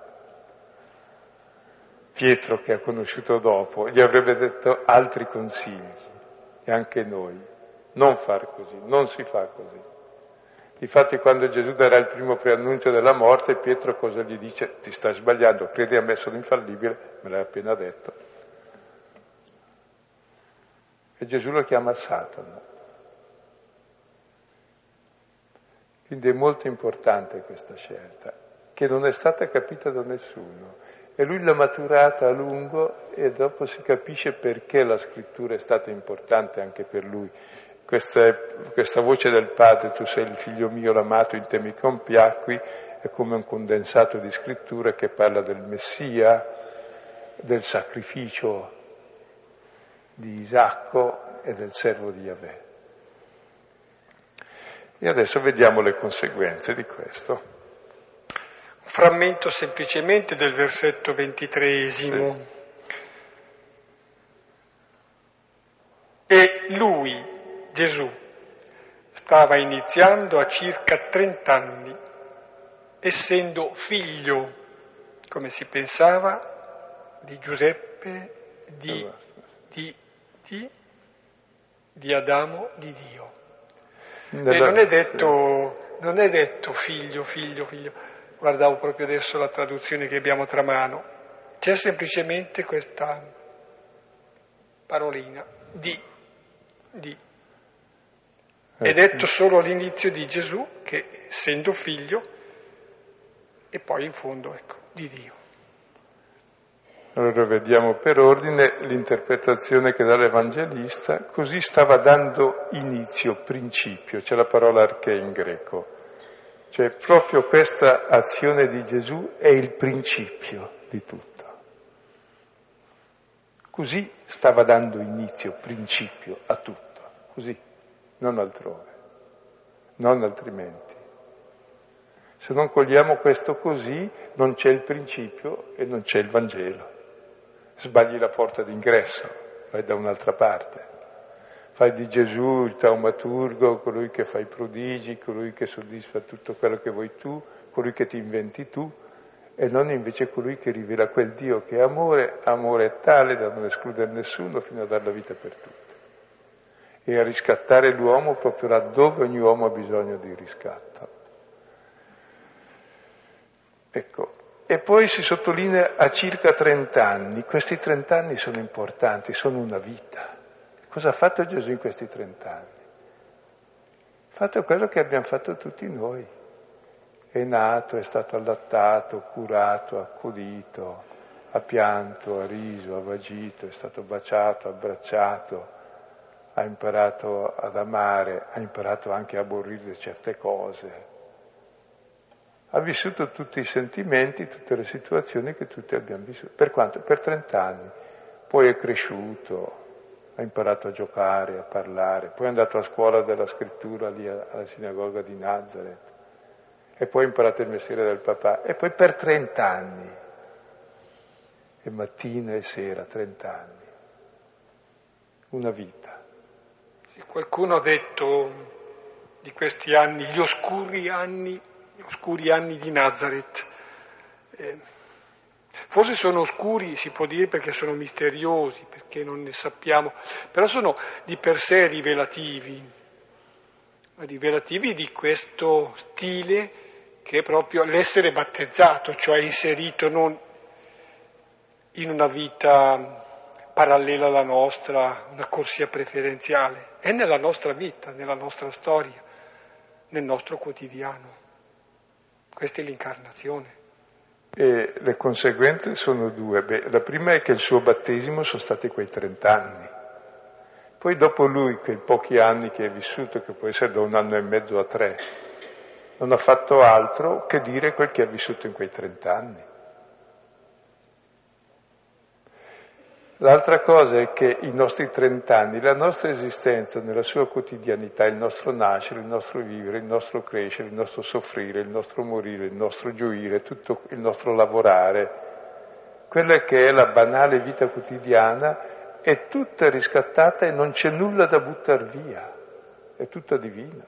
Pietro, che ha conosciuto dopo, gli avrebbe detto altri consigli, e anche noi. Non far così, non si fa così. Difatti quando Gesù darà il primo preannuncio della morte, Pietro cosa gli dice? Ti stai sbagliando, credi a me sono infallibile, me l'hai appena detto. E Gesù lo chiama Satana. Quindi è molto importante questa scelta, che non è stata capita da nessuno. E lui l'ha maturata a lungo e dopo si capisce perché la scrittura è stata importante anche per lui. Questa voce del Padre, tu sei il figlio mio l'amato, in te mi compiacqui, è come un condensato di scrittura che parla del Messia, del sacrificio di Isacco e del servo di Yahweh. E adesso vediamo le conseguenze di questo. Un frammento semplicemente del versetto 23. Sì. lui, Gesù, stava iniziando a circa 30 anni, essendo figlio, come si pensava, di Giuseppe, di Adamo, di Dio. E non è detto figlio. Guardavo proprio adesso la traduzione che abbiamo tra mano. C'è semplicemente questa parolina, di. È detto solo all'inizio di Gesù, che essendo figlio, e poi in fondo, di Dio. Allora vediamo per ordine l'interpretazione che dà l'Evangelista. Così stava dando inizio, principio, c'è la parola arché in greco. Cioè proprio questa azione di Gesù è il principio di tutto. Così stava dando inizio, principio a tutto, così, non altrove, non altrimenti. Se non cogliamo questo così, non c'è il principio e non c'è il Vangelo. Sbagli la porta d'ingresso, vai da un'altra parte. Fai di Gesù il taumaturgo, colui che fa i prodigi, colui che soddisfa tutto quello che vuoi tu, colui che ti inventi tu, e non invece colui che rivela quel Dio che è amore. Amore è tale da non escludere nessuno fino a dare la vita per tutti. E a riscattare l'uomo proprio laddove ogni uomo ha bisogno di riscatto. Ecco. E poi si sottolinea a circa 30 anni. Questi 30 anni sono importanti, sono una vita. Cosa ha fatto Gesù in questi 30 anni? Ha fatto quello che abbiamo fatto tutti noi. È nato, è stato allattato, curato, accudito, ha pianto, ha riso, ha vagito, è stato baciato, abbracciato, ha imparato ad amare, ha imparato anche a aborrire certe cose. Ha vissuto tutti i sentimenti, tutte le situazioni che tutti abbiamo vissuto. Per quanto? Per 30 anni. Poi è cresciuto, ha imparato a giocare, a parlare, poi è andato a scuola della scrittura lì alla sinagoga di Nazareth. E poi ha imparato il mestiere del papà, e poi per 30 anni, e mattina e sera, 30 anni, una vita. Sì, qualcuno ha detto di questi anni, gli oscuri anni di Nazareth. Forse sono oscuri, si può dire, perché sono misteriosi, perché non ne sappiamo, però sono di per sé rivelativi di questo stile che è proprio l'essere battezzato, cioè inserito non in una vita parallela alla nostra, una corsia preferenziale, è nella nostra vita, nella nostra storia, nel nostro quotidiano. Questa è l'incarnazione. E le conseguenze sono due. La prima è che il suo battesimo sono stati quei 30 anni. Poi dopo lui, quei pochi anni che è vissuto, che può essere da 1 anno e mezzo a 3, non ha fatto altro che dire quel che ha vissuto in quei 30 anni. L'altra cosa è che i nostri 30 anni, la nostra esistenza nella sua quotidianità, il nostro nascere, il nostro vivere, il nostro crescere, il nostro soffrire, il nostro morire, il nostro gioire, tutto il nostro lavorare, quella che è la banale vita quotidiana, è tutta riscattata e non c'è nulla da buttare via, è tutta divina.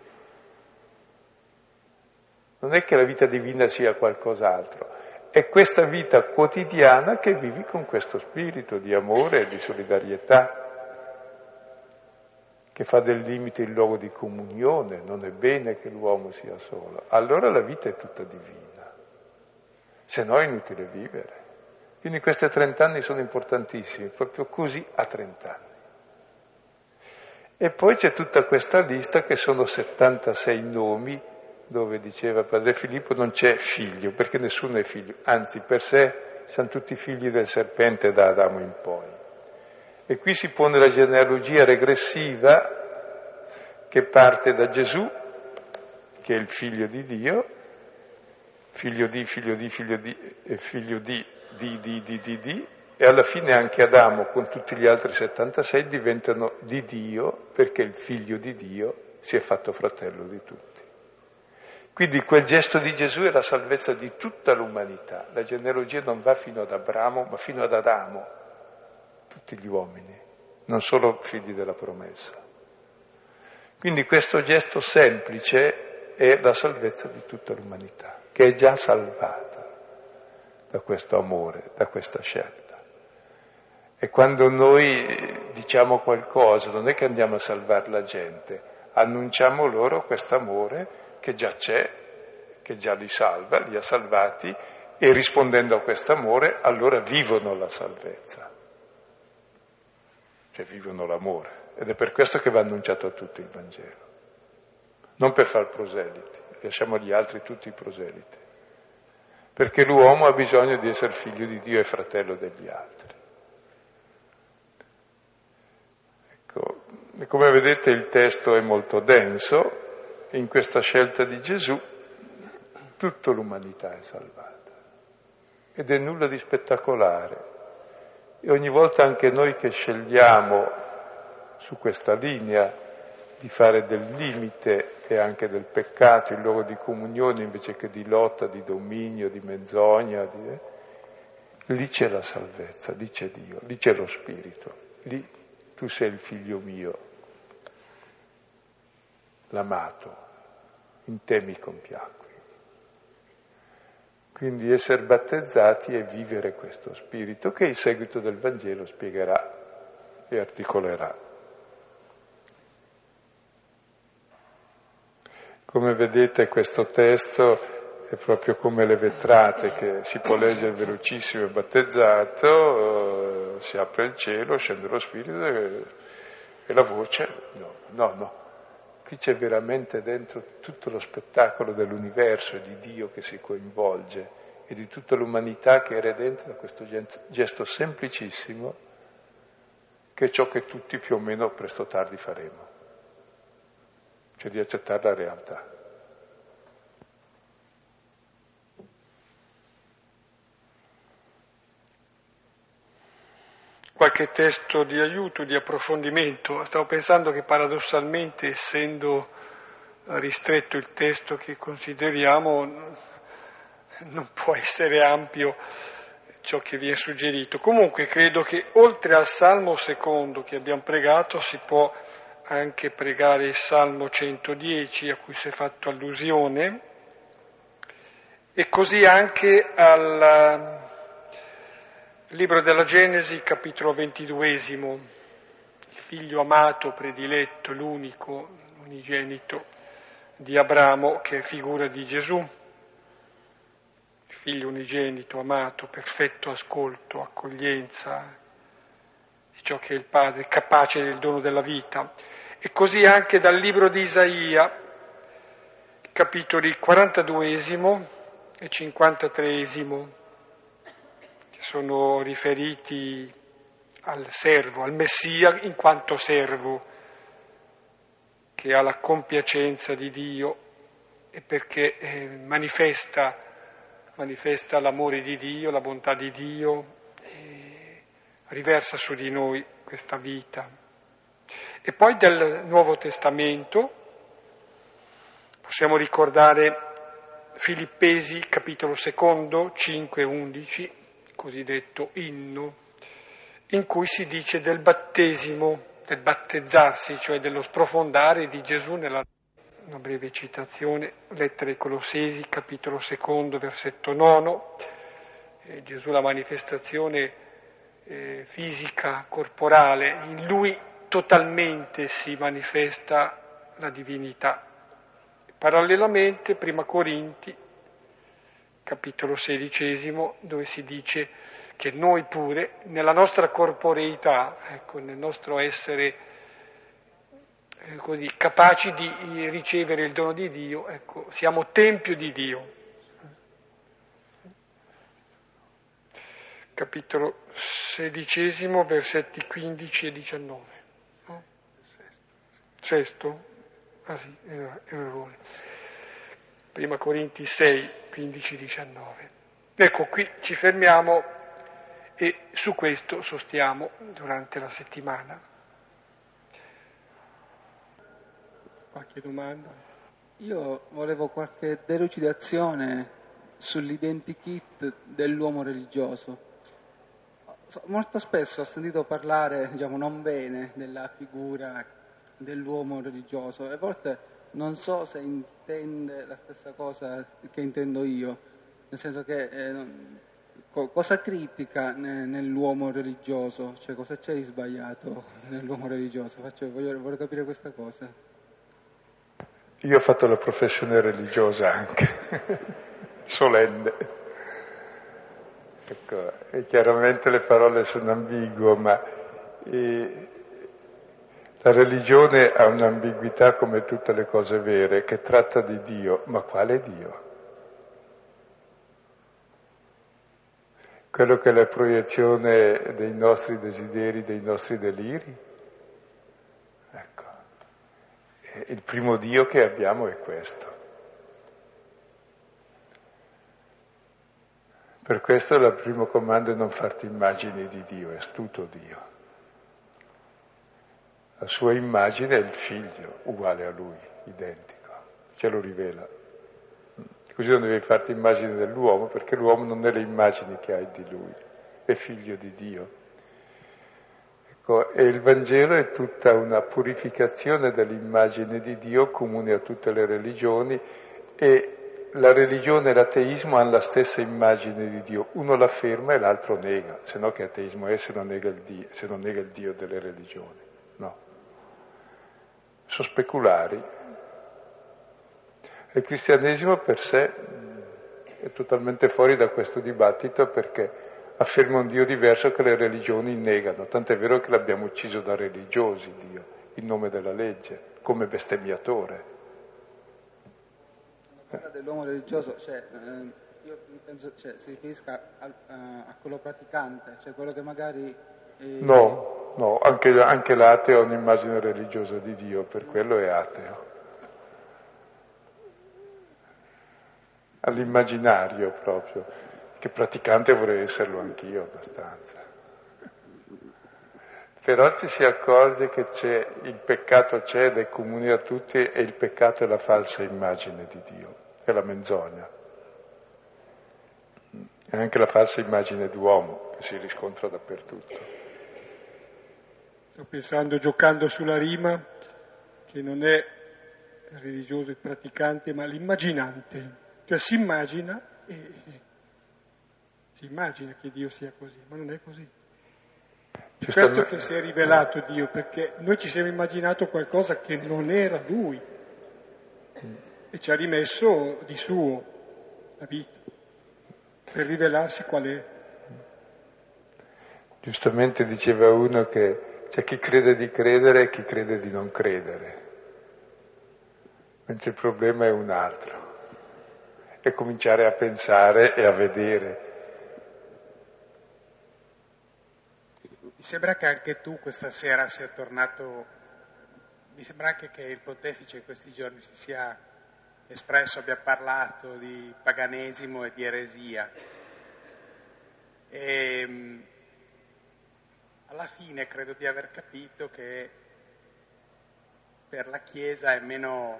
Non è che la vita divina sia qualcos'altro. È questa vita quotidiana che vivi con questo spirito di amore e di solidarietà, che fa del limite il luogo di comunione, non è bene che l'uomo sia solo. Allora la vita è tutta divina, se no è inutile vivere. Quindi questi 30 anni sono importantissimi, proprio così a 30 anni. E poi c'è tutta questa lista che sono 76 nomi, dove diceva Padre Filippo non c'è figlio, perché nessuno è figlio, anzi per sé siamo tutti figli del serpente da Adamo in poi. E qui si pone la genealogia regressiva che parte da Gesù, che è il figlio di Dio, figlio di, e figlio di, e alla fine anche Adamo con tutti gli altri 76 diventano di Dio, perché il figlio di Dio si è fatto fratello di tutti. Quindi quel gesto di Gesù è la salvezza di tutta l'umanità. La genealogia non va fino ad Abramo, ma fino ad Adamo, tutti gli uomini. non solo figli della promessa. Quindi questo gesto semplice è la salvezza di tutta l'umanità, che è già salvata da questo amore, da questa scelta. E quando noi diciamo qualcosa, non è che andiamo a salvare la gente, annunciamo loro quest'amore che già c'è, che già li salva, li ha salvati, e rispondendo a quest'amore allora vivono la salvezza, cioè vivono l'amore. Ed è per questo che va annunciato a tutti il Vangelo, non per far proseliti, lasciamo agli altri tutti i proseliti, perché l'uomo ha bisogno di essere figlio di Dio e fratello degli altri. Ecco, e come vedete il testo è molto denso, e in questa scelta di Gesù tutta l'umanità è salvata, ed è nulla di spettacolare. E ogni volta anche noi che scegliamo su questa linea di fare del limite e anche del peccato il luogo di comunione invece che di lotta, di dominio, di menzogna, lì c'è la salvezza, lì c'è Dio, lì c'è lo Spirito, lì tu sei il figlio mio, l'amato, in te mi compiacqui. Quindi essere battezzati è vivere questo Spirito che il seguito del Vangelo spiegherà e articolerà. Come vedete questo testo è proprio come le vetrate che si può leggere velocissimo, è battezzato, si apre il cielo, scende lo Spirito e la voce, no. Qui c'è veramente dentro tutto lo spettacolo dell'universo e di Dio che si coinvolge e di tutta l'umanità che è redenta da questo gesto semplicissimo che è ciò che tutti più o meno presto o tardi faremo, cioè di accettare la realtà. Qualche testo di aiuto, di approfondimento. Stavo pensando che paradossalmente, essendo ristretto il testo che consideriamo, non può essere ampio ciò che viene suggerito. Comunque credo che oltre al Salmo secondo che abbiamo pregato si può anche pregare il Salmo 110 a cui si è fatto allusione e così anche al libro della Genesi, capitolo 22, il figlio amato, prediletto, l'unico, unigenito di Abramo, che è figura di Gesù, il figlio unigenito, amato, perfetto ascolto, accoglienza di ciò che è il Padre, capace del dono della vita. E così anche dal libro di Isaia, capitoli 42 e 53, sono riferiti al servo, al Messia in quanto servo, che ha la compiacenza di Dio e perché manifesta l'amore di Dio, la bontà di Dio, e riversa su di noi questa vita. E poi del Nuovo Testamento possiamo ricordare Filippesi, capitolo 2, 5-11, cosiddetto inno, in cui si dice del battesimo, del battezzarsi, cioè dello sprofondare di Gesù nella... Una breve citazione, lettera ai Colossesi, capitolo 2, versetto 9, Gesù la manifestazione fisica, corporale, in lui totalmente si manifesta la divinità. Parallelamente, prima Corinti, capitolo 16, dove si dice che noi pure, nella nostra corporeità, ecco, nel nostro essere così capaci di ricevere il dono di Dio, ecco, siamo tempio di Dio. Capitolo 16, versetti 15 e 19. No? Sesto? Ah sì, errore. Prima Corinti 6, 15, 19. Ecco, qui ci fermiamo e su questo sostiamo durante la settimana. Qualche domanda? Io volevo qualche delucidazione sull'identikit dell'uomo religioso. molto spesso ho sentito parlare, diciamo, non bene della figura dell'uomo religioso e a volte non so se intende la stessa cosa che intendo io, nel senso che cosa critica nell'uomo religioso, cioè cosa c'è di sbagliato nell'uomo religioso? Voglio capire questa cosa. Io ho fatto la professione religiosa anche, solenne. Ecco, e chiaramente le parole sono ambigue, ma la religione ha un'ambiguità come tutte le cose vere, che tratta di Dio, ma quale Dio? Quello che è la proiezione dei nostri desideri, dei nostri deliri? Ecco, il primo Dio che abbiamo è questo. Per questo il primo comando è non farti immagini di Dio, è astuto Dio. La sua immagine è il figlio, uguale a lui, identico, ce lo rivela. Così non devi farti immagini dell'uomo, perché l'uomo non è le immagini che hai di lui, è figlio di Dio. Ecco, e il Vangelo è tutta una purificazione dell'immagine di Dio comune a tutte le religioni, e la religione e l'ateismo hanno la stessa immagine di Dio, uno l'afferma e l'altro nega, se no che ateismo è se non nega il Dio delle religioni, no. Sono speculari. Il cristianesimo per sé è totalmente fuori da questo dibattito perché afferma un Dio diverso che le religioni negano, tant'è vero che l'abbiamo ucciso da religiosi Dio, in nome della legge, come bestemmiatore. Quando parla dell'uomo religioso, io penso, si riferisca a quello praticante, cioè quello che magari... No, anche l'ateo ha un'immagine religiosa di Dio, per quello è ateo. All'immaginario proprio, che praticante vorrei esserlo anch'io abbastanza. Però ci si accorge che il peccato c'è ed è comune a tutti, e il peccato è la falsa immagine di Dio, è la menzogna. E anche la falsa immagine d'uomo che si riscontra dappertutto. Sto pensando, giocando sulla rima, che non è religioso e praticante, ma l'immaginante. Cioè si immagina che Dio sia così, ma non è così. È questo che si è rivelato Dio, perché noi ci siamo immaginato qualcosa che non era Lui e ci ha rimesso di suo la vita per rivelarsi qual è. Giustamente diceva uno che c'è chi crede di credere e chi crede di non credere, mentre il problema è un altro, è cominciare a pensare e a vedere. Mi sembra che anche tu questa sera sia tornato, mi sembra anche che il pontefice in questi giorni si sia espresso, abbia parlato di paganesimo e di eresia. E alla fine credo di aver capito che per la Chiesa è meno,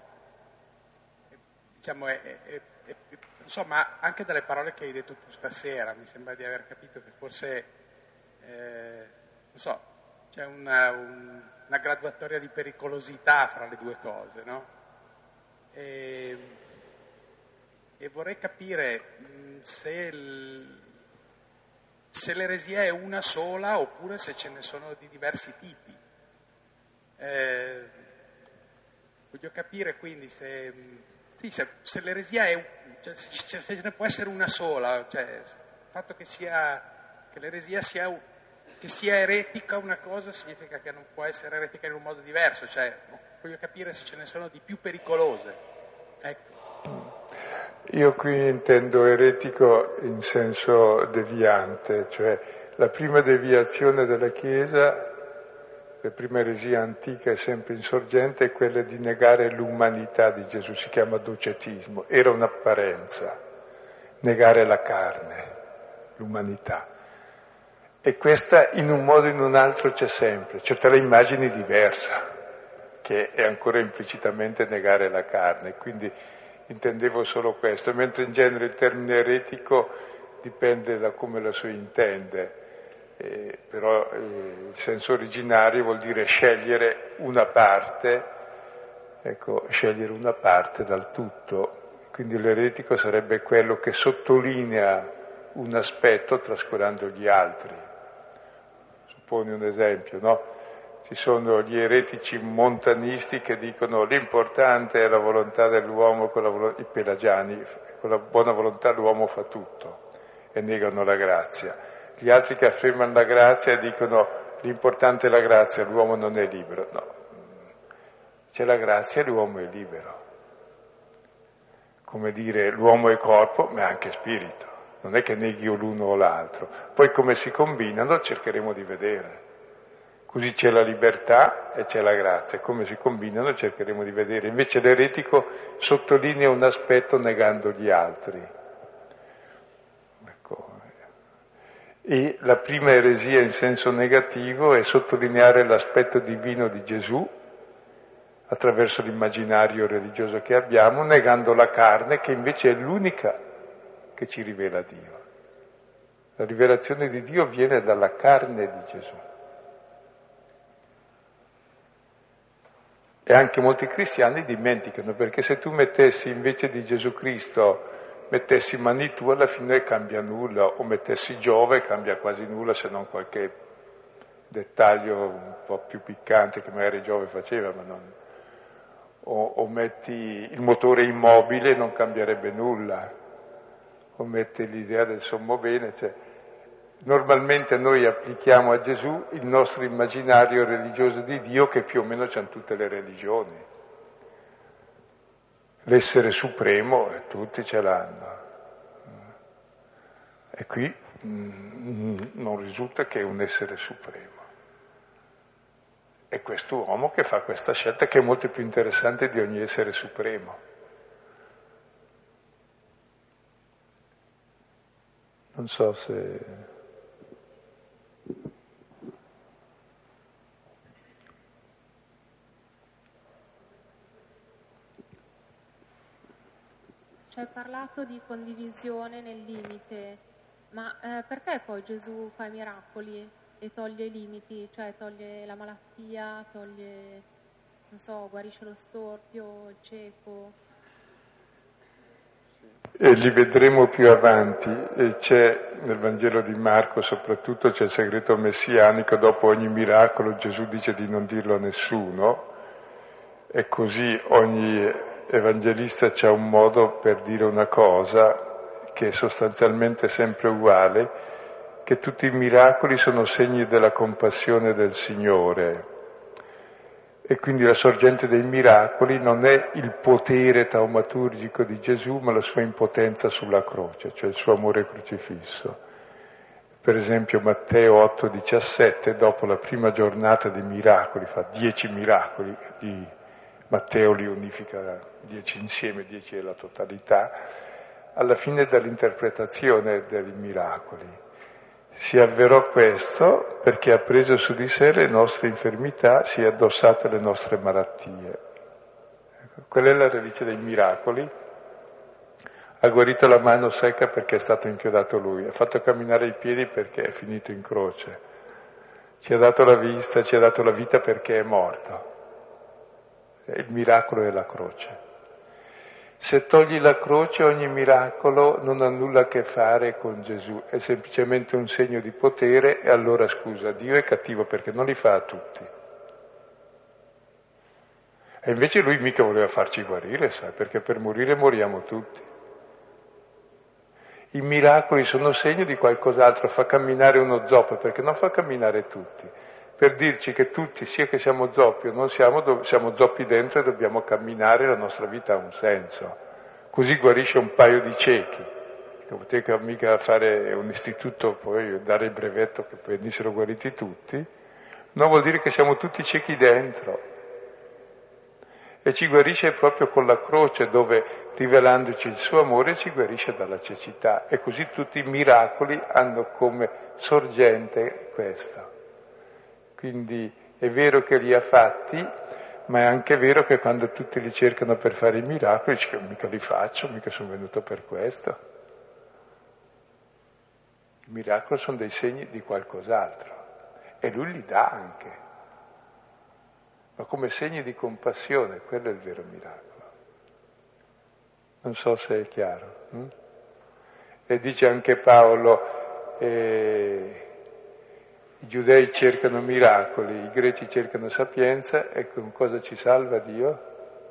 diciamo, insomma, anche dalle parole che hai detto tu stasera, mi sembra di aver capito che forse non so, c'è una graduatoria di pericolosità fra le due cose, no? E vorrei capire se l'eresia è una sola oppure se ce ne sono di diversi tipi. Voglio capire quindi se l'eresia cioè, se ce ne può essere una sola, cioè il fatto che l'eresia sia eretica una cosa significa che non può essere eretica in un modo diverso, cioè voglio capire se ce ne sono di più pericolose. Ecco. Io qui intendo eretico in senso deviante, cioè la prima deviazione della Chiesa, la prima eresia antica e sempre insorgente è quella di negare l'umanità di Gesù, si chiama docetismo, era un'apparenza, negare la carne, l'umanità. E questa in un modo o in un altro c'è sempre, cioè tra le immagini diversa, che è ancora implicitamente negare la carne, quindi intendevo solo questo, mentre in genere il termine eretico dipende da come la si intende. però il senso originario vuol dire scegliere una parte, ecco, scegliere una parte dal tutto. Quindi l'eretico sarebbe quello che sottolinea un aspetto trascurando gli altri. Supponi un esempio, no? Ci sono gli eretici montanisti che dicono l'importante è la volontà dell'uomo, i pelagiani, con la buona volontà l'uomo fa tutto e negano la grazia. Gli altri che affermano la grazia e dicono l'importante è la grazia, l'uomo non è libero. No, c'è la grazia e l'uomo è libero. Come dire, l'uomo è corpo, ma è anche spirito. Non è che neghi l'uno o l'altro. Poi come si combinano cercheremo di vedere. Così c'è la libertà e c'è la grazia. Come si combinano cercheremo di vedere. Invece l'eretico sottolinea un aspetto negando gli altri. Ecco. E la prima eresia in senso negativo è sottolineare l'aspetto divino di Gesù attraverso l'immaginario religioso che abbiamo, negando la carne che invece è l'unica che ci rivela Dio. La rivelazione di Dio viene dalla carne di Gesù. E anche molti cristiani dimenticano, perché se tu mettessi invece di Gesù Cristo, mettessi Manitou, alla fine cambia nulla, o mettessi Giove cambia quasi nulla, se non qualche dettaglio un po' più piccante che magari Giove faceva, ma non... O metti il motore immobile, non cambierebbe nulla, o metti l'idea del sommo bene, cioè normalmente noi applichiamo a Gesù il nostro immaginario religioso di Dio che più o meno c'hanno tutte le religioni. L'essere supremo, tutti ce l'hanno. E qui non risulta che è un essere supremo. È quest'uomo che fa questa scelta che è molto più interessante di ogni essere supremo. Non so se... Ci hai parlato di condivisione nel limite, ma perché poi Gesù fa i miracoli e toglie i limiti, cioè toglie la malattia, toglie, non so, guarisce lo storpio, il cieco? E li vedremo più avanti, e c'è nel Vangelo di Marco soprattutto c'è il segreto messianico, dopo ogni miracolo Gesù dice di non dirlo a nessuno, e così ogni evangelista c'ha un modo per dire una cosa che è sostanzialmente sempre uguale, che tutti i miracoli sono segni della compassione del Signore. E quindi la sorgente dei miracoli non è il potere taumaturgico di Gesù, ma la sua impotenza sulla croce, cioè il suo amore crocifisso. Per esempio Matteo 8,17, dopo la prima giornata dei miracoli, fa 10 miracoli, Matteo li unifica 10 insieme, 10 è la totalità, alla fine dell'interpretazione dei miracoli. Si avverò questo perché ha preso su di sé le nostre infermità, si è addossato alle nostre malattie. Ecco, quella è la radice dei miracoli. Ha guarito la mano secca perché è stato inchiodato lui, ha fatto camminare i piedi perché è finito in croce, ci ha dato la vista, ci ha dato la vita perché è morto. Il miracolo è la croce. Se togli la croce ogni miracolo non ha nulla a che fare con Gesù, è semplicemente un segno di potere e allora scusa, Dio è cattivo perché non li fa a tutti. E invece lui mica voleva farci guarire, sai, perché per morire moriamo tutti. I miracoli sono segno di qualcos'altro, fa camminare uno zoppo perché non fa camminare tutti. Per dirci che tutti, sia che siamo zoppi o non siamo zoppi dentro e dobbiamo camminare, la nostra vita ha un senso. Così guarisce un paio di ciechi. Non poteva mica fare un istituto, poi dare il brevetto che poi venissero guariti tutti. No, vuol dire che siamo tutti ciechi dentro. E ci guarisce proprio con la croce, dove rivelandoci il suo amore ci guarisce dalla cecità. E così tutti i miracoli hanno come sorgente questo. Quindi è vero che li ha fatti, ma è anche vero che quando tutti li cercano per fare i miracoli, dice che mica li faccio, mica sono venuto per questo. I miracoli sono dei segni di qualcos'altro e lui li dà anche, ma come segni di compassione, quello è il vero miracolo. Non so se è chiaro. E dice anche Paolo, i giudei cercano miracoli, i greci cercano sapienza, e con cosa ci salva Dio?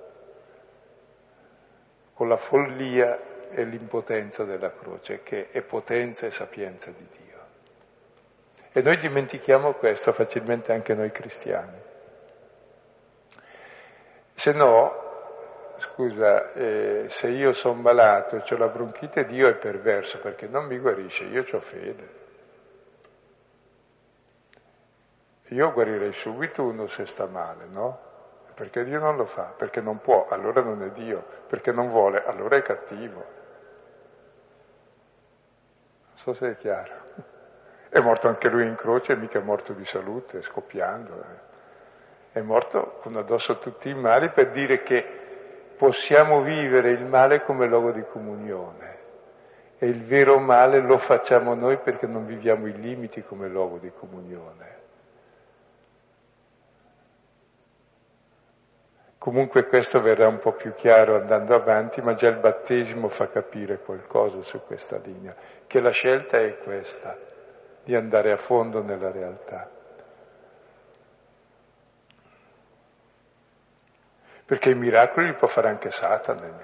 Con la follia e l'impotenza della croce, che è potenza e sapienza di Dio. E noi dimentichiamo questo facilmente anche noi cristiani. Se no, scusa, se io sono malato e ho la bronchite, Dio è perverso perché non mi guarisce, io ho fede. Io guarirei subito uno se sta male, no? Perché Dio non lo fa, perché non può, allora non è Dio, perché non vuole, allora è cattivo. Non so se è chiaro. È morto anche lui in croce, mica è morto di salute, scoppiando. È morto con addosso tutti i mali per dire che possiamo vivere il male come luogo di comunione e il vero male lo facciamo noi perché non viviamo i limiti come luogo di comunione. Comunque questo verrà un po' più chiaro andando avanti, ma già il battesimo fa capire qualcosa su questa linea, che la scelta è questa, di andare a fondo nella realtà. Perché i miracoli li può fare anche Satana.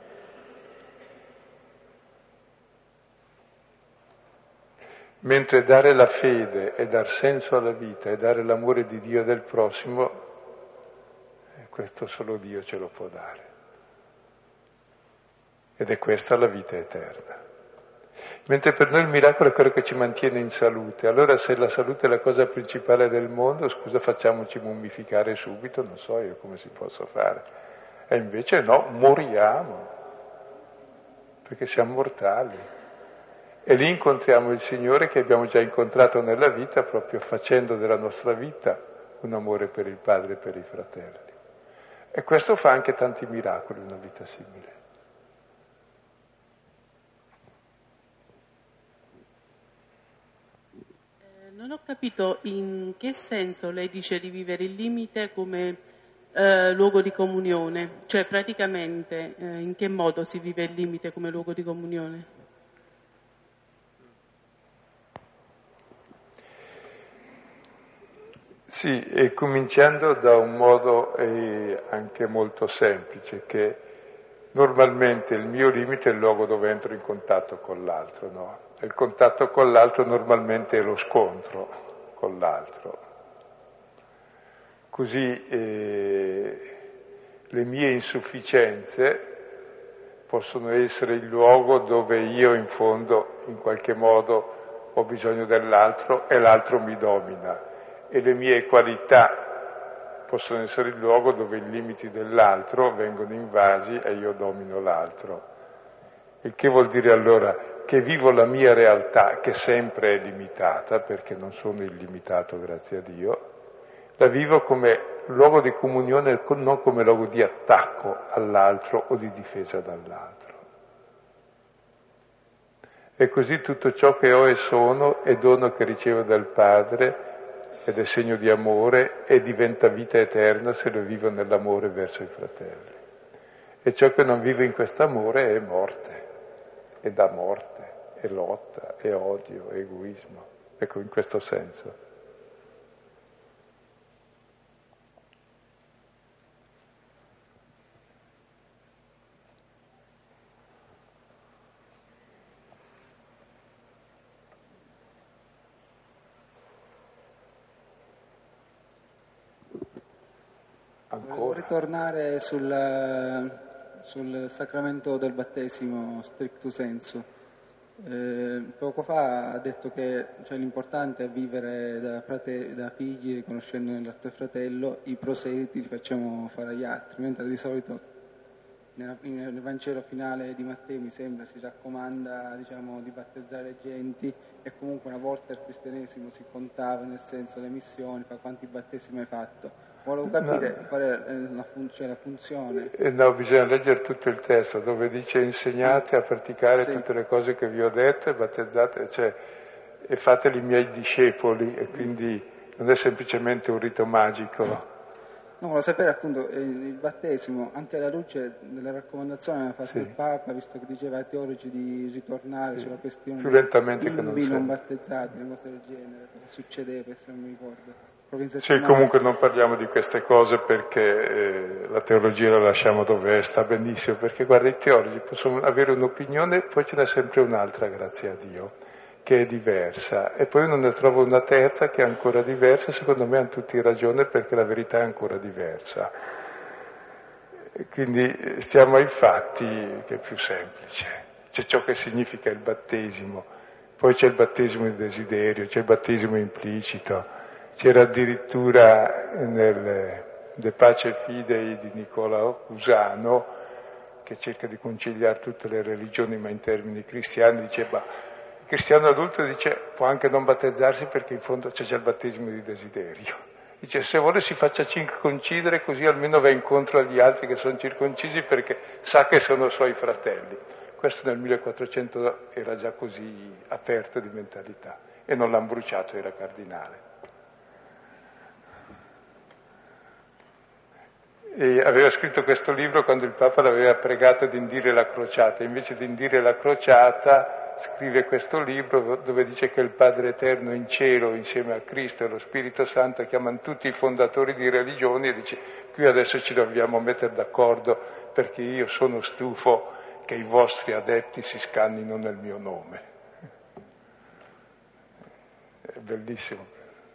Mentre dare la fede e dar senso alla vita e dare l'amore di Dio e del prossimo, questo solo Dio ce lo può dare. Ed è questa la vita eterna. Mentre per noi il miracolo è quello che ci mantiene in salute. Allora se la salute è la cosa principale del mondo, scusa, facciamoci mummificare subito, non so io come si possa fare. E invece no, moriamo, perché siamo mortali. E lì incontriamo il Signore che abbiamo già incontrato nella vita, proprio facendo della nostra vita un amore per il Padre e per i fratelli. E questo fa anche tanti miracoli, una vita simile. Non ho capito in che senso lei dice di vivere il limite come luogo di comunione, cioè praticamente in che modo si vive il limite come luogo di comunione? Sì, e cominciando da un modo anche molto semplice, che normalmente il mio limite è il luogo dove entro in contatto con l'altro, no? E il contatto con l'altro normalmente è lo scontro con l'altro. Così le mie insufficienze possono essere il luogo dove io in fondo in qualche modo ho bisogno dell'altro e l'altro mi domina. E le mie qualità possono essere il luogo dove i limiti dell'altro vengono invasi e io domino l'altro. Il che vuol dire allora che vivo la mia realtà, che sempre è limitata, perché non sono illimitato, grazie a Dio, la vivo come luogo di comunione, non come luogo di attacco all'altro o di difesa dall'altro. E così tutto ciò che ho e sono è dono che ricevo dal Padre, ed è segno di amore e diventa vita eterna se lo vivo nell'amore verso i fratelli. E ciò che non vivo in quest'amore è morte, e dà morte, è lotta, è odio, è egoismo. Ecco, in questo senso. Volevo ritornare sul sacramento del battesimo stricto sensu. Poco fa ha detto che l'importante è vivere da figli riconoscendo nell'altro fratello, i proseliti li facciamo fare agli altri, mentre di solito nel Vangelo finale di Matteo mi sembra si raccomanda di battezzare le genti, e comunque una volta il cristianesimo si contava nel senso le missioni, quanti battesimi hai fatto. Volevo capire qual è la funzione. No, bisogna leggere tutto il testo, dove dice insegnate a praticare tutte le cose che vi ho detto e battezzate, e fateli miei discepoli, e quindi non è semplicemente un rito magico. No, volevo sapere appunto il battesimo, anche alla luce delle raccomandazioni fatte dal Papa, visto che diceva ai teologi di ritornare sulla questione più lentamente dei bimbi che non battezzati, una cosa del genere, cosa succedeva, se non mi ricordo. Sì, comunque non parliamo di queste cose perché la teologia la lasciamo dove è, sta benissimo, perché guarda, i teologi possono avere un'opinione, poi ce n'è sempre un'altra, grazie a Dio, che è diversa, e poi uno ne trova una terza che è ancora diversa, secondo me hanno tutti ragione perché la verità è ancora diversa. E quindi stiamo ai fatti, che è più semplice. C'è ciò che significa il battesimo, poi c'è il battesimo di desiderio, c'è il battesimo implicito. C'era addirittura nel De Pace Fidei di Nicolao Cusano, che cerca di conciliare tutte le religioni ma in termini cristiani, diceva, il cristiano adulto dice può anche non battezzarsi perché in fondo c'è già il battesimo di desiderio. Dice se vuole si faccia circoncidere così almeno va incontro agli altri che sono circoncisi perché sa che sono suoi fratelli. Questo nel 1400 era già così aperto di mentalità e non l'hanno bruciato, era cardinale. E aveva scritto questo libro quando il Papa l'aveva pregato di indire la crociata, invece di indire la crociata scrive questo libro dove dice che il Padre Eterno in cielo insieme a Cristo e lo Spirito Santo chiamano tutti i fondatori di religioni e dice qui adesso ci dobbiamo mettere d'accordo perché io sono stufo che i vostri adepti si scannino nel mio nome. È bellissimo.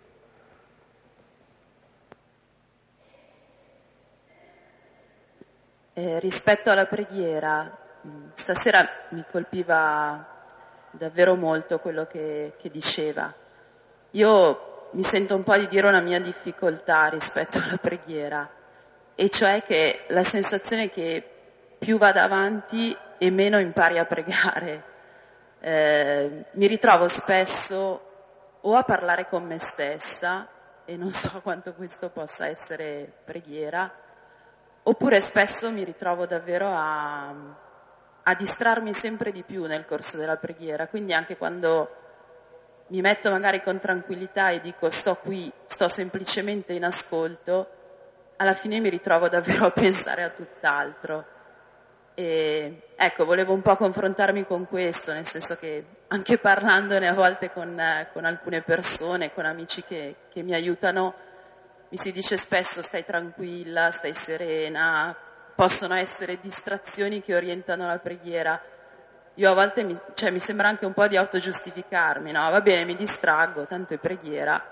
Rispetto alla preghiera, stasera mi colpiva davvero molto quello che diceva. Io mi sento un po' di dire una mia difficoltà rispetto alla preghiera, e cioè che la sensazione che più vada avanti e meno impari a pregare. Mi ritrovo spesso o a parlare con me stessa, e non so quanto questo possa essere preghiera, oppure spesso mi ritrovo davvero a distrarmi sempre di più nel corso della preghiera, quindi anche quando mi metto magari con tranquillità e dico sto qui, sto semplicemente in ascolto, alla fine mi ritrovo davvero a pensare a tutt'altro. E ecco, volevo un po' confrontarmi con questo, nel senso che anche parlandone a volte con alcune persone, con amici che mi aiutano, mi si dice spesso stai tranquilla, stai serena, possono essere distrazioni che orientano la preghiera. Io a volte mi sembra anche un po' di autogiustificarmi, no? Va bene, mi distraggo, tanto è preghiera.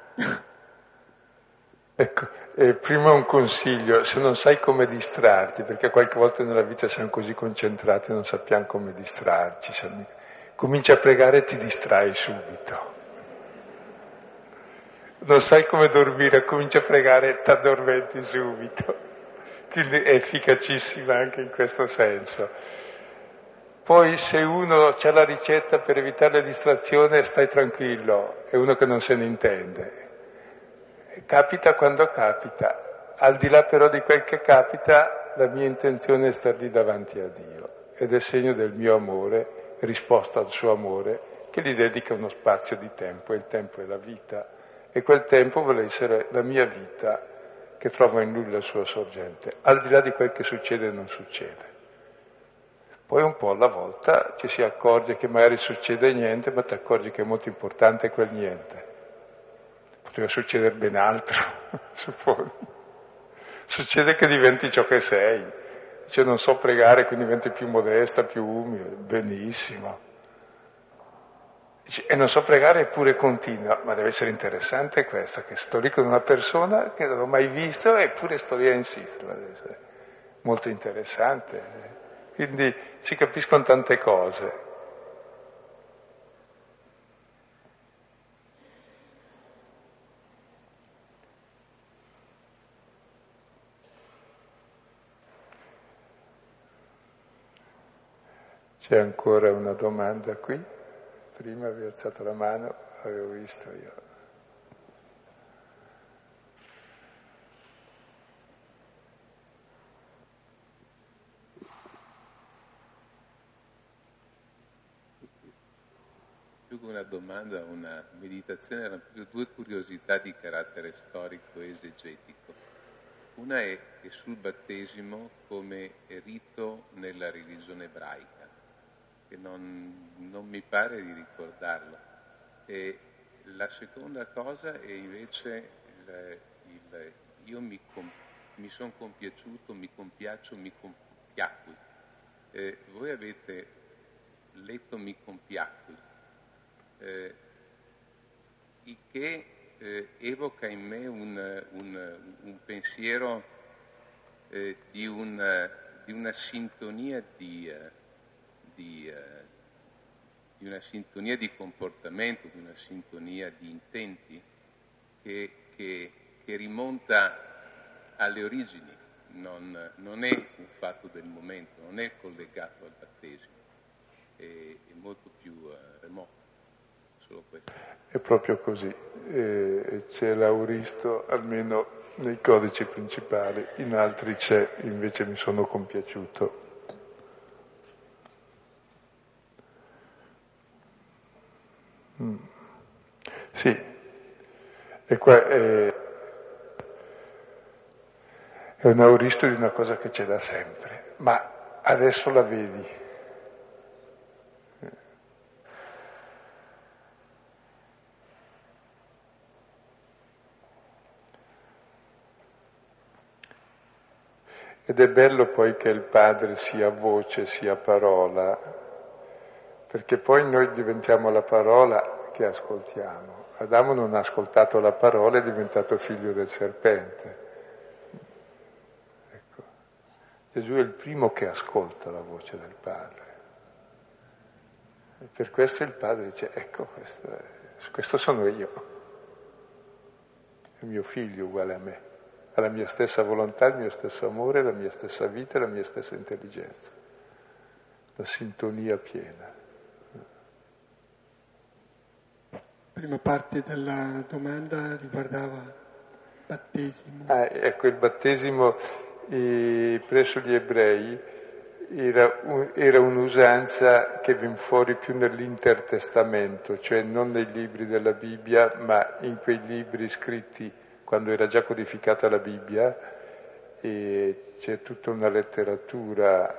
Ecco, prima un consiglio, se non sai come distrarti, perché qualche volta nella vita siamo così concentrati e non sappiamo come distrarci, comincia a pregare e ti distrai subito. Non sai come dormire, comincia a pregare e ti addormenti subito. Quindi è efficacissima anche in questo senso. Poi se uno c'ha la ricetta per evitare la distrazione, stai tranquillo, è uno che non se ne intende. Capita quando capita, al di là però di quel che capita, la mia intenzione è star lì davanti a Dio ed è segno del mio amore, risposta al suo amore, che gli dedica uno spazio di tempo, e il tempo è la vita, e quel tempo vuole essere la mia vita che trova in lui la sua sorgente, al di là di quel che succede e non succede. Poi un po' alla volta ci si accorge che magari succede niente, ma ti accorgi che è molto importante quel niente. Poteva succedere ben altro, supponi. Succede che diventi ciò che sei. Cioè non so pregare, quindi diventi più modesta, più umile, benissimo. Dice, e non so pregare eppure continua, ma deve essere interessante questo, che sto lì con una persona che non ho mai visto eppure sto lì a insistere, ma deve essere molto interessante. Quindi si capiscono tante cose. C'è ancora una domanda qui? Prima avevo alzato la mano, avevo visto io. più che una domanda, una meditazione, erano proprio due curiosità di carattere storico e esegetico. Una è sul battesimo come rito nella religione ebraica, che non mi pare di ricordarlo. E la seconda cosa è invece io mi sono compiaciuto, mi compiaccio, mi compiacqui. Voi avete letto mi compiacqui, il che evoca in me un pensiero di una sintonia di una sintonia di comportamento, di una sintonia di intenti che rimonta alle origini, non è un fatto del momento, non è collegato al battesimo, è molto più remoto. Solo questo. È proprio così, c'è l'auristo almeno nei codici principali, in altri c'è, invece mi sono compiaciuto. Sì, e qua è un auristo di una cosa che c'è da sempre, ma adesso la vedi. Ed è bello poi che il Padre sia voce, sia parola, perché poi noi diventiamo la parola che ascoltiamo. Adamo non ha ascoltato la parola, è diventato figlio del serpente. Ecco. Gesù è il primo che ascolta la voce del Padre. E per questo il Padre dice, ecco, questo sono io. È mio figlio uguale a me. Ha la mia stessa volontà, il mio stesso amore, la mia stessa vita e la mia stessa intelligenza. La sintonia piena. Prima parte della domanda riguardava il battesimo. Ecco, il battesimo presso gli ebrei era un'usanza che viene fuori più nell'Intertestamento, cioè non nei libri della Bibbia, ma in quei libri scritti quando era già codificata la Bibbia, e c'è tutta una letteratura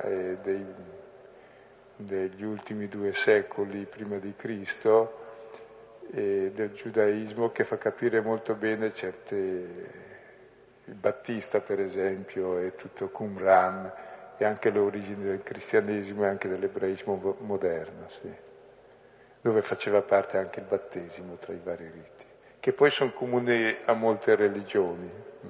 degli ultimi 2 secoli prima di Cristo, del giudaismo, che fa capire molto bene il Battista per esempio, e tutto Qumran, e anche l'origine del cristianesimo e anche dell'ebraismo moderno, sì, dove faceva parte anche il battesimo tra i vari riti, che poi sono comuni a molte religioni.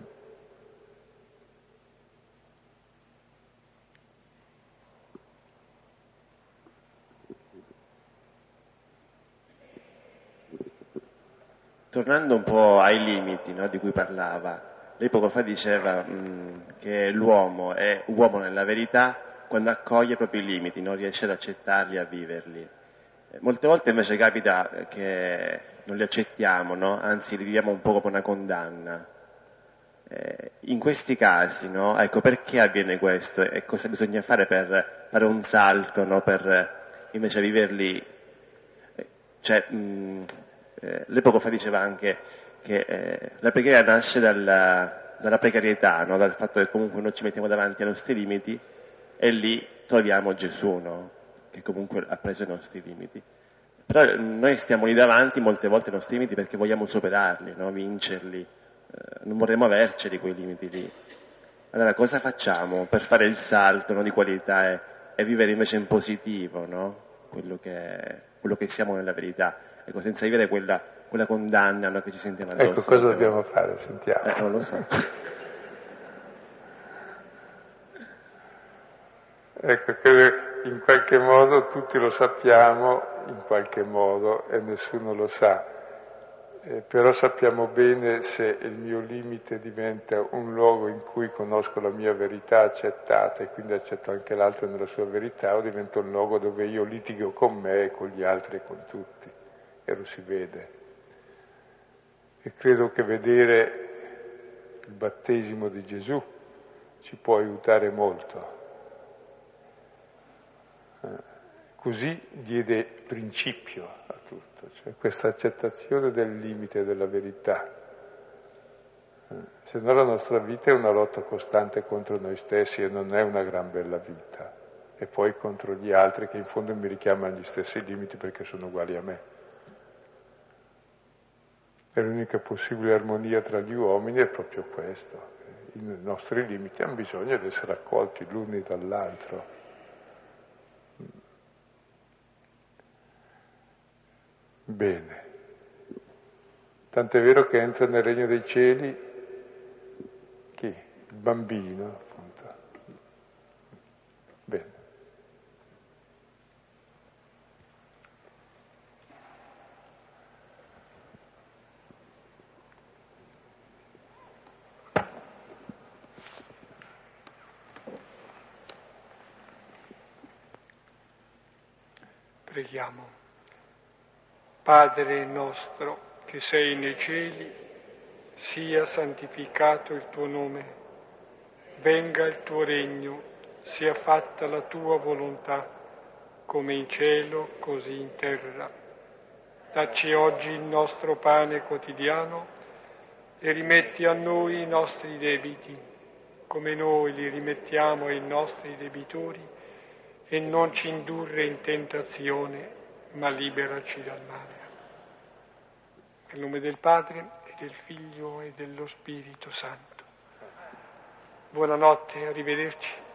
Tornando un po' ai limiti, no, di cui parlava, lei poco fa diceva che l'uomo è uomo nella verità quando accoglie i propri limiti, non riesce ad accettarli, a viverli. Molte volte invece capita che non li accettiamo, no? Anzi li viviamo un po' come una condanna. In questi casi, no? Ecco, perché avviene questo e cosa bisogna fare per fare un salto, no? Per invece viverli, lei poco fa diceva anche che la preghiera nasce dalla precarietà, no? Dal fatto che comunque noi ci mettiamo davanti ai nostri limiti e lì troviamo Gesù, no? Che comunque ha preso i nostri limiti. Però noi stiamo lì davanti molte volte ai nostri limiti perché vogliamo superarli, no? Vincerli, non vorremmo averceli quei limiti lì. Allora cosa facciamo per fare il salto, no, di qualità e vivere invece in positivo, no? Quello che siamo nella verità, ecco, senza vivere quella condanna, no, che ci sentiamo addosso. Ecco, cosa dobbiamo fare? Sentiamo. Non lo so. Ecco, che in qualche modo tutti lo sappiamo, in qualche modo, e nessuno lo sa, però sappiamo bene se il mio limite diventa un luogo in cui conosco la mia verità accettata e quindi accetto anche l'altro nella sua verità, o diventa un luogo dove io litigo con me e con gli altri e con tutti, e lo si vede. E credo che vedere il battesimo di Gesù ci può aiutare molto. così diede principio a tutto, cioè questa accettazione del limite della verità. Se no la nostra vita è una lotta costante contro noi stessi e non è una gran bella vita. E poi contro gli altri che in fondo mi richiamano agli stessi limiti perché sono uguali a me. E l'unica possibile armonia tra gli uomini è proprio questo. I nostri limiti hanno bisogno di essere accolti l'uno dall'altro. Bene. Tant'è vero che entra nel regno dei cieli chi? Il bambino, appunto. Bene. Preghiamo. Padre nostro che sei nei cieli, sia santificato il tuo nome, venga il tuo regno, sia fatta la tua volontà, come in cielo, così in terra. Dacci oggi il nostro pane quotidiano e rimetti a noi i nostri debiti, come noi li rimettiamo ai nostri debitori, e non ci indurre in tentazione, ma liberaci dal male. Nel nome del Padre, e del Figlio, e dello Spirito Santo. Buonanotte, arrivederci.